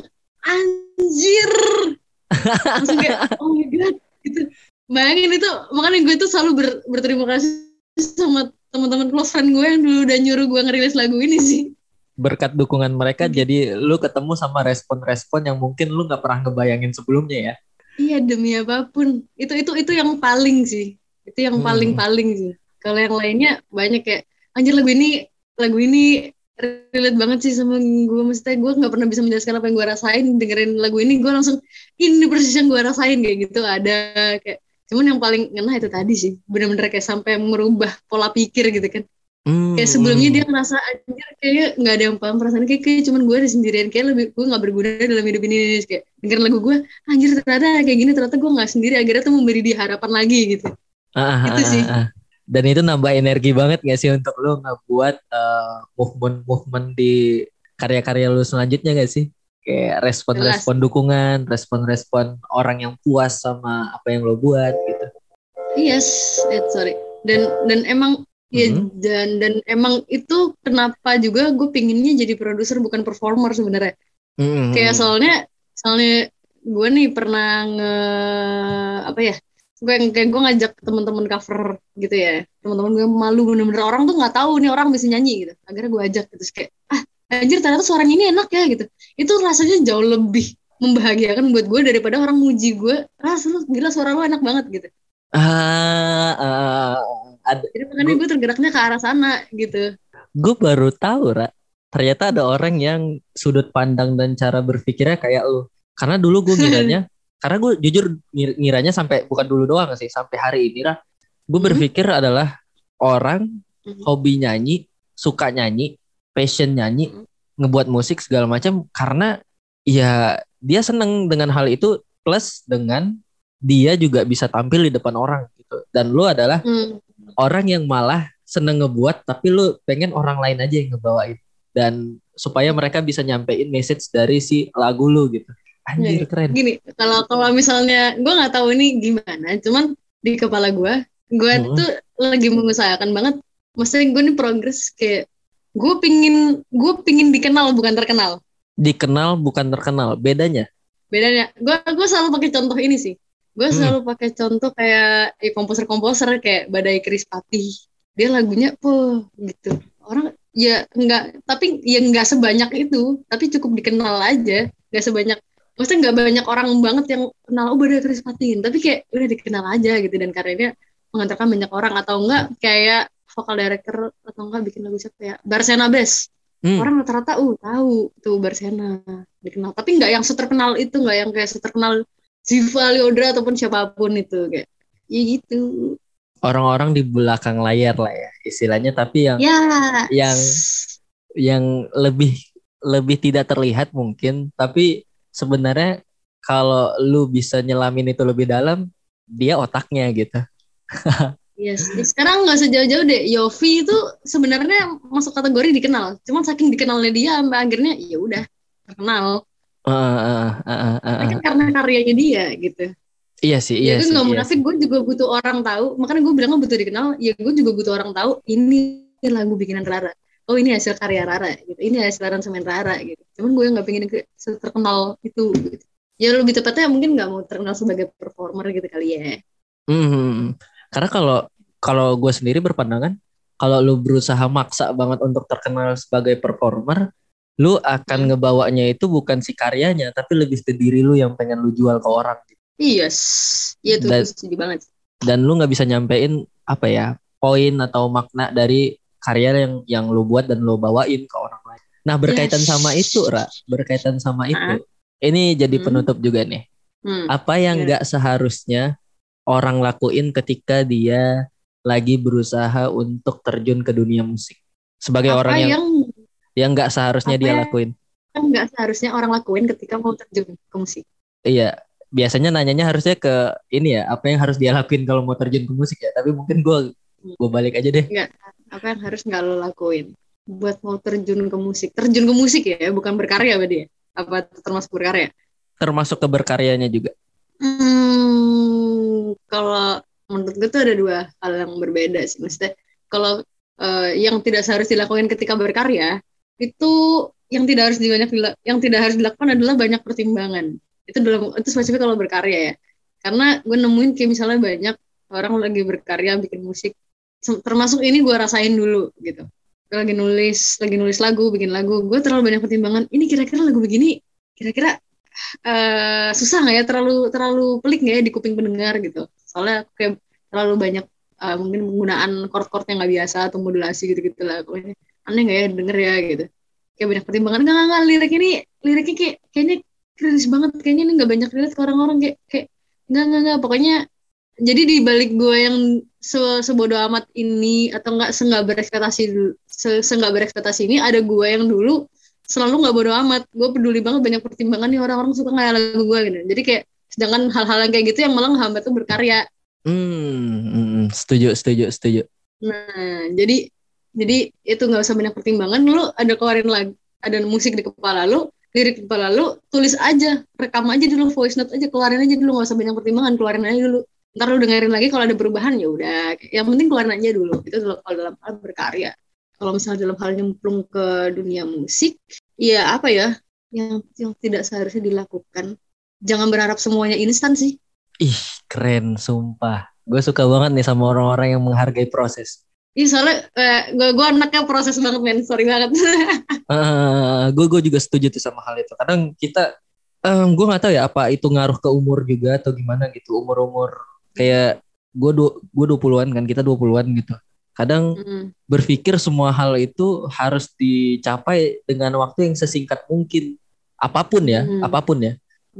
anjir, langsung kayak oh my god gitu. Bayangin itu, makanya gue tuh selalu ber, berterima kasih sama teman-teman close friend gue yang dulu udah nyuruh gue ngerilis lagu ini sih.
Berkat dukungan mereka gitu. Jadi lu ketemu sama respon-respon yang mungkin lu nggak pernah ngebayangin sebelumnya ya.
Iya demi apapun, itu itu itu yang paling sih, itu yang
hmm.
paling paling sih. Kalau yang lainnya banyak kayak anjir lagu ini lagu ini relate banget sih sama gue, maksudnya gue nggak pernah bisa menjelaskan apa yang gue rasain dengerin lagu ini, gue langsung ini persis yang gue rasain kayak gitu. Ada kayak cuman yang paling ngena itu tadi sih, benar-benar kayak sampai merubah pola pikir gitu kan.
hmm.
Kayak sebelumnya dia ngerasa anjir kayaknya nggak ada yang paham perasaan kayak, kayak cuman gue ada sendirian, kayak lebih gue nggak berguna dalam hidup ini. Kayak dengerin lagu gue anjir ternyata kayak gini, ternyata gue nggak sendiri, akhirnya tuh memberi dia harapan lagi gitu.
ah,
itu
ah,
sih
ah, ah. Dan itu nambah energi banget gak sih untuk lu ngebuat uh, movement-movement di karya-karya lu selanjutnya gak sih? Kayak respon-respon dukungan, respon-respon orang yang puas sama apa yang lo buat gitu.
Yes, eh, sorry. Dan dan emang mm-hmm. ya dan dan emang itu kenapa juga gue pinginnya jadi produser bukan performer sebenarnya. Mm-hmm. Kayak soalnya soalnya gue nih pernah nge apa ya? Gue kayak gue ngajak teman-teman cover gitu ya. Teman-teman gue malu bener-bener, orang tuh nggak tahu nih orang bisa nyanyi gitu. Akhirnya gue ajak terus kayak ah anjir ternyata suaranya ini enak ya gitu. Itu rasanya jauh lebih membahagiakan buat gue daripada orang muji gue. Ah lu gila suara lu enak banget gitu.
Ah, uh, ada.
Jadi makanya gue tergeraknya ke arah sana gitu.
Gue baru tahu, Ra. Ternyata ada orang yang sudut pandang dan cara berpikirnya kayak lu. Karena dulu gue ngiranya, karena gue jujur ngiranya sampai bukan dulu doang sih, sampai hari ini, Ra. Gue hmm? berpikir adalah orang hmm. hobi nyanyi, suka nyanyi, passion nyanyi, hmm. ngebuat musik segala macam karena ya dia seneng dengan hal itu, plus dengan dia juga bisa tampil di depan orang gitu. Dan lu adalah hmm. orang yang malah seneng ngebuat tapi lu pengen orang lain aja yang ngebawain, dan supaya mereka bisa nyampein message dari si lagu lu gitu. Anjir
ya,
keren.
Gini, kalau kalau misalnya gue nggak tahu ini gimana, cuman di kepala gue, gue hmm. tuh lagi mengusahakan banget. Maksudnya gue nih progres kayak gue pingin gue pingin dikenal bukan terkenal.
Dikenal bukan terkenal, bedanya? Bedanya,
gue gue selalu pakai contoh ini sih. Gue selalu hmm. pakai contoh kayak eh, komposer-komposer kayak Badai Krispatih. Dia lagunya po gitu. Orang ya enggak, tapi ya enggak sebanyak itu, tapi cukup dikenal aja. Enggak sebanyak, maksudnya enggak banyak orang banget yang kenal oh Badai Krispatih, tapi kayak udah dikenal aja gitu, dan karyanya mengantarkan banyak orang. Atau enggak kayak vokal director atau enggak bikin lagu siapa ya, Barsena Bass. Hmm. Orang rata-rata uh tahu tuh Barsena dikenal, tapi enggak yang seterkenal itu, enggak yang kayak seterkenal Ziva Leodra ataupun siapapun itu, kayak ya gitu.
Orang-orang di belakang layar lah ya istilahnya, tapi yang
yes.
yang yang lebih lebih tidak terlihat mungkin, tapi sebenarnya kalau lu bisa nyelamin itu lebih dalam, dia otaknya gitu.
Yes, sekarang nggak sejauh-jauh deh. Yofi itu sebenarnya masuk kategori dikenal, cuman saking dikenalnya dia sampai akhirnya ya udah terkenal.
Uh, uh, uh, uh, uh,
Tapi kan karena karyanya dia gitu.
Iya sih, iya
ya,
sih.
Gue nggak
iya
munafik, gue juga butuh orang tahu. Makanya gue bilang butuh dikenal. Ya gue juga butuh orang tahu. Ini lagu bikinan Rara. Oh ini hasil karya Rara. Gitu. Ini hasil aransemen Rara. Gitu. cuman gue nggak pengen ke terkenal itu gitu. Ya lebih tepatnya mungkin nggak mau terkenal sebagai performer gitu kali ya.
Hmm, karena kalau kalau gue sendiri berpandangan kalau lu berusaha maksa banget untuk terkenal sebagai performer, lu akan
Hmm.
ngebawanya itu bukan si karyanya, tapi lebih ke diri lu yang pengen lu jual ke orang.
Iya, iya tuh
Dan
gue setuju banget.
dan lu nggak bisa nyampein apa ya poin atau makna dari karya yang yang lu buat dan lu bawain ke orang lain. Nah berkaitan
Yes.
sama itu, Ra, berkaitan sama
Ah,
itu, ini jadi
hmm,
penutup juga nih.
hmm,
Apa yang
gimana?
nggak seharusnya orang lakuin ketika dia lagi berusaha untuk terjun ke dunia musik? Sebagai
Apa
orang yang
yang
yang nggak seharusnya
apa
dia
yang
lakuin.
nggak seharusnya orang lakuin ketika mau terjun ke musik?
Iya, biasanya nanyanya harusnya ke ini ya, apa yang harus dia lakuin kalau mau terjun ke musik ya. Tapi mungkin gue
Hmm,
gue balik aja deh.
Nggak, apa yang harus nggak lo lakuin buat mau terjun ke musik? Terjun ke musik ya, bukan berkarya berarti ya? Apa termasuk berkarya?
Termasuk ke berkaryanya juga.
Hmm, kalau menurut gue tuh ada dua hal yang berbeda sih. Maksudnya kalau eh, yang tidak seharusnya dilakukan ketika berkarya itu yang tidak harus banyak yang tidak harus dilakukan adalah banyak pertimbangan. Itu dalam itu spesifik kalau berkarya ya. Karena gue nemuin kayak misalnya banyak orang lagi berkarya bikin musik, termasuk ini gue rasain dulu gitu. Gue lagi nulis, lagi nulis lagu, bikin lagu, gue terlalu banyak pertimbangan. Ini kira-kira lagu begini, kira-kira uh, susah nggak ya, terlalu terlalu pelik nggak ya di kuping pendengar gitu. Soalnya kayak terlalu banyak uh, mungkin penggunaan chord-chord yang nggak biasa atau modulasi gitu-gitu lah. Pokoknya aneh nggak ya denger ya gitu. Kayak banyak pertimbangan. Nggak nggak nggak, lirik ini liriknya kayak kayaknya keren banget. Kayaknya ini nggak banyak dilihat ke orang-orang kayak kayak nggak nggak nggak. Pokoknya jadi di balik gue yang se sebodoh amat ini atau enggak se nggak berekspektasi se, se nggak berekspektasi ini, ada gue yang dulu selalu nggak bodo amat. Gue peduli banget, banyak pertimbangan nih orang-orang suka nggak lagu gue gitu. Jadi kayak sedangkan hal-hal yang kayak gitu yang malah ngehambat tuh berkarya.
Hmm, hmm, setuju, setuju, setuju.
Nah, jadi jadi itu nggak usah banyak pertimbangan. Lu ada keluarin lagu, ada musik di kepala lu, lirik di kepala lu, tulis aja, rekam aja dulu, voice note aja, keluarin aja dulu, nggak usah banyak pertimbangan, keluarin aja dulu. Ntar lu dengerin lagi kalau ada perubahan ya udah. Yang penting keluarin aja dulu. Itu kalau dalam hal berkarya. Kalau misalnya dalam hal nyemplung ke dunia musik, ya apa ya, yang yang tidak seharusnya dilakukan. Jangan berharap semuanya instan sih.
Ih, keren, sumpah. Gue suka banget nih sama orang-orang yang menghargai proses.
Iya soalnya eh, gue gue anaknya proses banget men, sorry banget.
Uh, gue gue juga setuju tuh sama hal itu. Kadang kita, um, gue nggak tahu ya apa itu ngaruh ke umur juga atau gimana gitu. Umur-umur kayak gue du, gue dua puluhan kan, kita dua puluhan gitu. Kadang
Mm-mm.
berpikir semua hal itu harus dicapai dengan waktu yang sesingkat mungkin. Apapun ya,
Mm-mm.
apapun ya.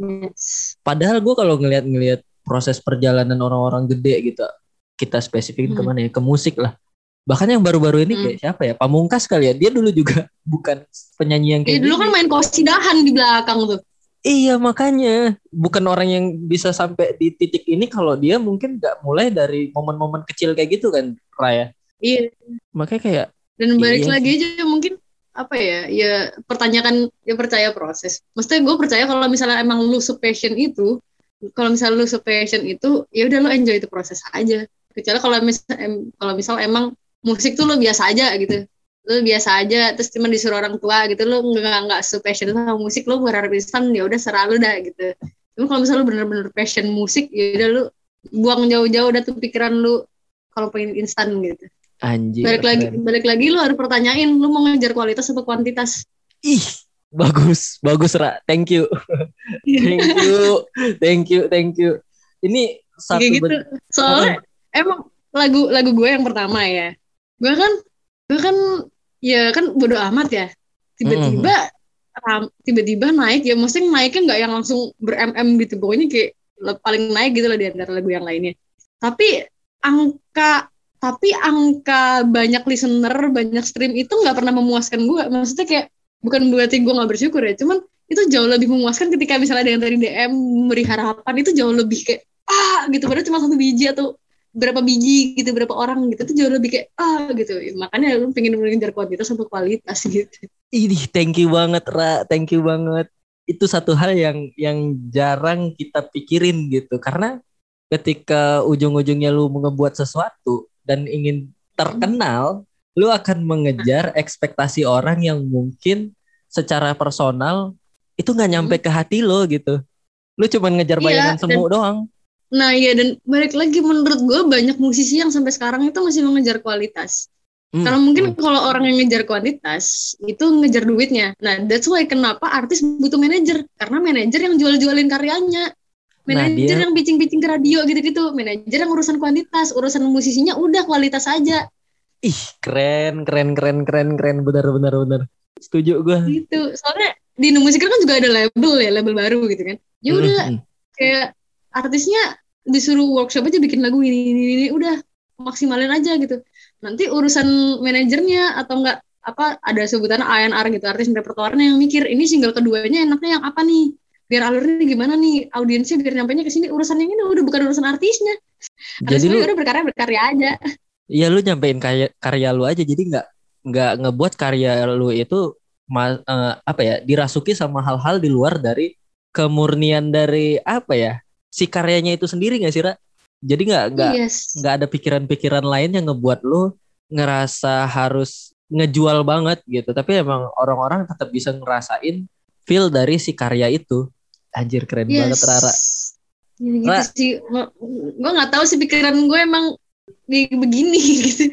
Yes.
Padahal gue kalau ngelihat-ngelihat proses perjalanan orang-orang gede gitu, kita spesifikin
Mm.
kemana ya, ke musik lah. Bahkan yang baru-baru ini
Mm.
kayak siapa ya, Pamungkas kali ya, dia dulu juga bukan penyanyi yang
Ya
kayak
dulu kan
gini.
main kosidahan di belakang tuh.
Iya makanya, bukan orang yang bisa sampai di titik ini kalau dia mungkin gak mulai dari momen-momen kecil kayak gitu kan, Raya.
Iya.
Makanya kayak,
Dan balik
iya
lagi
sih.
aja mungkin apa ya, ya pertanyakan, ya percaya proses. Maksudnya gue percaya kalau misalnya emang lu se-passion itu, kalau misalnya lu se-passion itu, ya udah lu enjoy itu proses aja. Kecuali kalau misal em, kalau misal emang musik tuh lu biasa aja gitu. Lu biasa aja terus cuma disuruh orang tua gitu, lu nggak nggak se-passion sama musik, lu berharap instan, ya udah serah lu dah gitu. Tapi kalau misalnya lu bener-bener passion musik, ya udah lu buang jauh-jauh dah tuh pikiran lu kalau pengen instan gitu.
Anjir,
Balik lagi,
keren.
balik lagi lu harus pertanyain, lu mau ngejar kualitas atau kuantitas?
Ih, bagus, bagus Ra. Thank you. Thank you, thank you, thank you. Ini
Kayak
satu
gitu.
ben-
Soalnya emang lagu lagu gue yang pertama ya. Gue kan gue kan ya kan bodo amat ya.
Mm-mm.
Tiba-tiba ram- tiba-tiba naik ya, maksudnya naiknya nggak yang langsung ber-mm gitu. Pokoknya kayak paling naik gitu lah di antara lagu yang lainnya. Tapi angka tapi angka banyak listener, banyak stream itu nggak pernah memuaskan gue. Maksudnya kayak bukan berarti gue nggak bersyukur ya, cuman itu jauh lebih memuaskan ketika misalnya ada yang tadi D M memberi harapan, itu jauh lebih kayak ah gitu, padahal cuma satu biji atau berapa biji gitu, berapa orang gitu, itu jauh lebih kayak ah gitu. Makanya lu pengen mengejar kuantitas atau kualitas gitu.
Ini thank you banget Ra, thank you banget. Itu satu hal yang yang jarang kita pikirin gitu. Karena ketika ujung-ujungnya lu ngebuat sesuatu dan ingin terkenal, lu akan mengejar ekspektasi orang yang mungkin secara personal itu nggak nyampe ke hati lo gitu. Lu cuma ngejar bayangan
Iya,
semu
dan
doang.
nah iya dan balik lagi menurut gue banyak musisi yang sampai sekarang itu masih mengejar kualitas.
Hmm,
Kalau mungkin
hmm.
kalau orang yang ngejar kuantitas itu ngejar duitnya. Nah, that's why kenapa artis butuh manajer karena manajer yang jual-jualin karyanya.
Nah
Manajer
dia,
yang pitching-pitching ke radio gitu-gitu. Manajer yang urusan kuantitas, urusan musisinya udah kualitas aja.
ih keren, keren, keren, keren, keren, benar, benar, benar. Setuju gue.
Gitu. Soalnya di Indo Musik kan juga ada label ya, label baru gitu kan. Ya
Hmm,
udah
hmm.
kayak artisnya disuruh workshop aja bikin lagu ini ini ini udah maksimalin aja gitu. Nanti urusan manajernya atau enggak apa ada sebutan A and R gitu, artis repertoarnya yang mikir ini single keduanya enaknya yang apa nih? Biar alurnya gimana nih? Audiensnya biar nyampainya ke sini urusan yang ini udah bukan urusan artisnya.
Jadi
Artis
lu,
mah udah berkarya berkarya aja.
ya lu nyampein karya, karya lu aja. Jadi nggak nggak ngebuat karya lu itu ma- eh, apa ya dirasuki sama hal-hal di luar dari kemurnian dari apa ya si karyanya itu sendiri nggak sih Ra? Jadi nggak nggak
Yes.
nggak ada pikiran-pikiran lain yang ngebuat lu ngerasa harus ngejual banget gitu. Tapi emang orang-orang tetap bisa ngerasain feel dari si karya itu. Anjir keren banget
Yes.
Rara.
Gitu
Ra,
sih. Gue nggak tahu sih pikiran gue emang di begini gitu.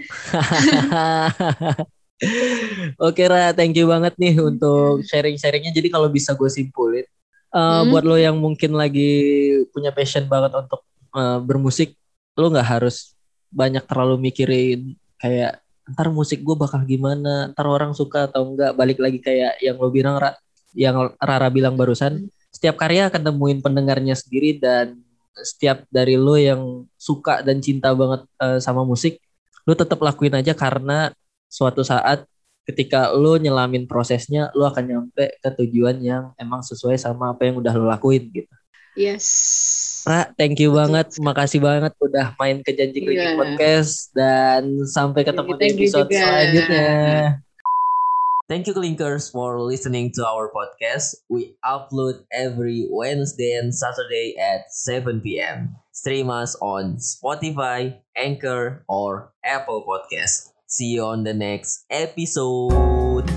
Oke Ra, thank you banget nih untuk sharing-sharingnya. Jadi kalau bisa gue simpulin, eh,
Hmm.
buat lo yang mungkin lagi punya passion banget untuk eh, bermusik, lo nggak harus banyak terlalu mikirin kayak ntar musik gue bakal gimana, ntar orang suka atau enggak. Balik lagi kayak yang lo bilang, Ra, yang Rara bilang barusan, setiap karya akan temuin pendengarnya sendiri dan setiap dari lo yang suka dan cinta banget eh, sama musik, lo tetap lakuin aja karena suatu saat ketika lo nyelamin prosesnya, lo akan nyampe ke tujuan yang emang sesuai sama apa yang udah lo lakuin gitu.
Yes.
Ra, thank you
Betul.
banget, makasih banget udah main ke Janji Klinik
Iya.
Podcast dan sampai ketemu di
Thank you
episode
juga.
selanjutnya. Thank you Klinkers for listening to our podcast. We upload every Wednesday and Saturday at seven p.m. Stream us on Spotify, Anchor, or Apple Podcast. See you on the next episode.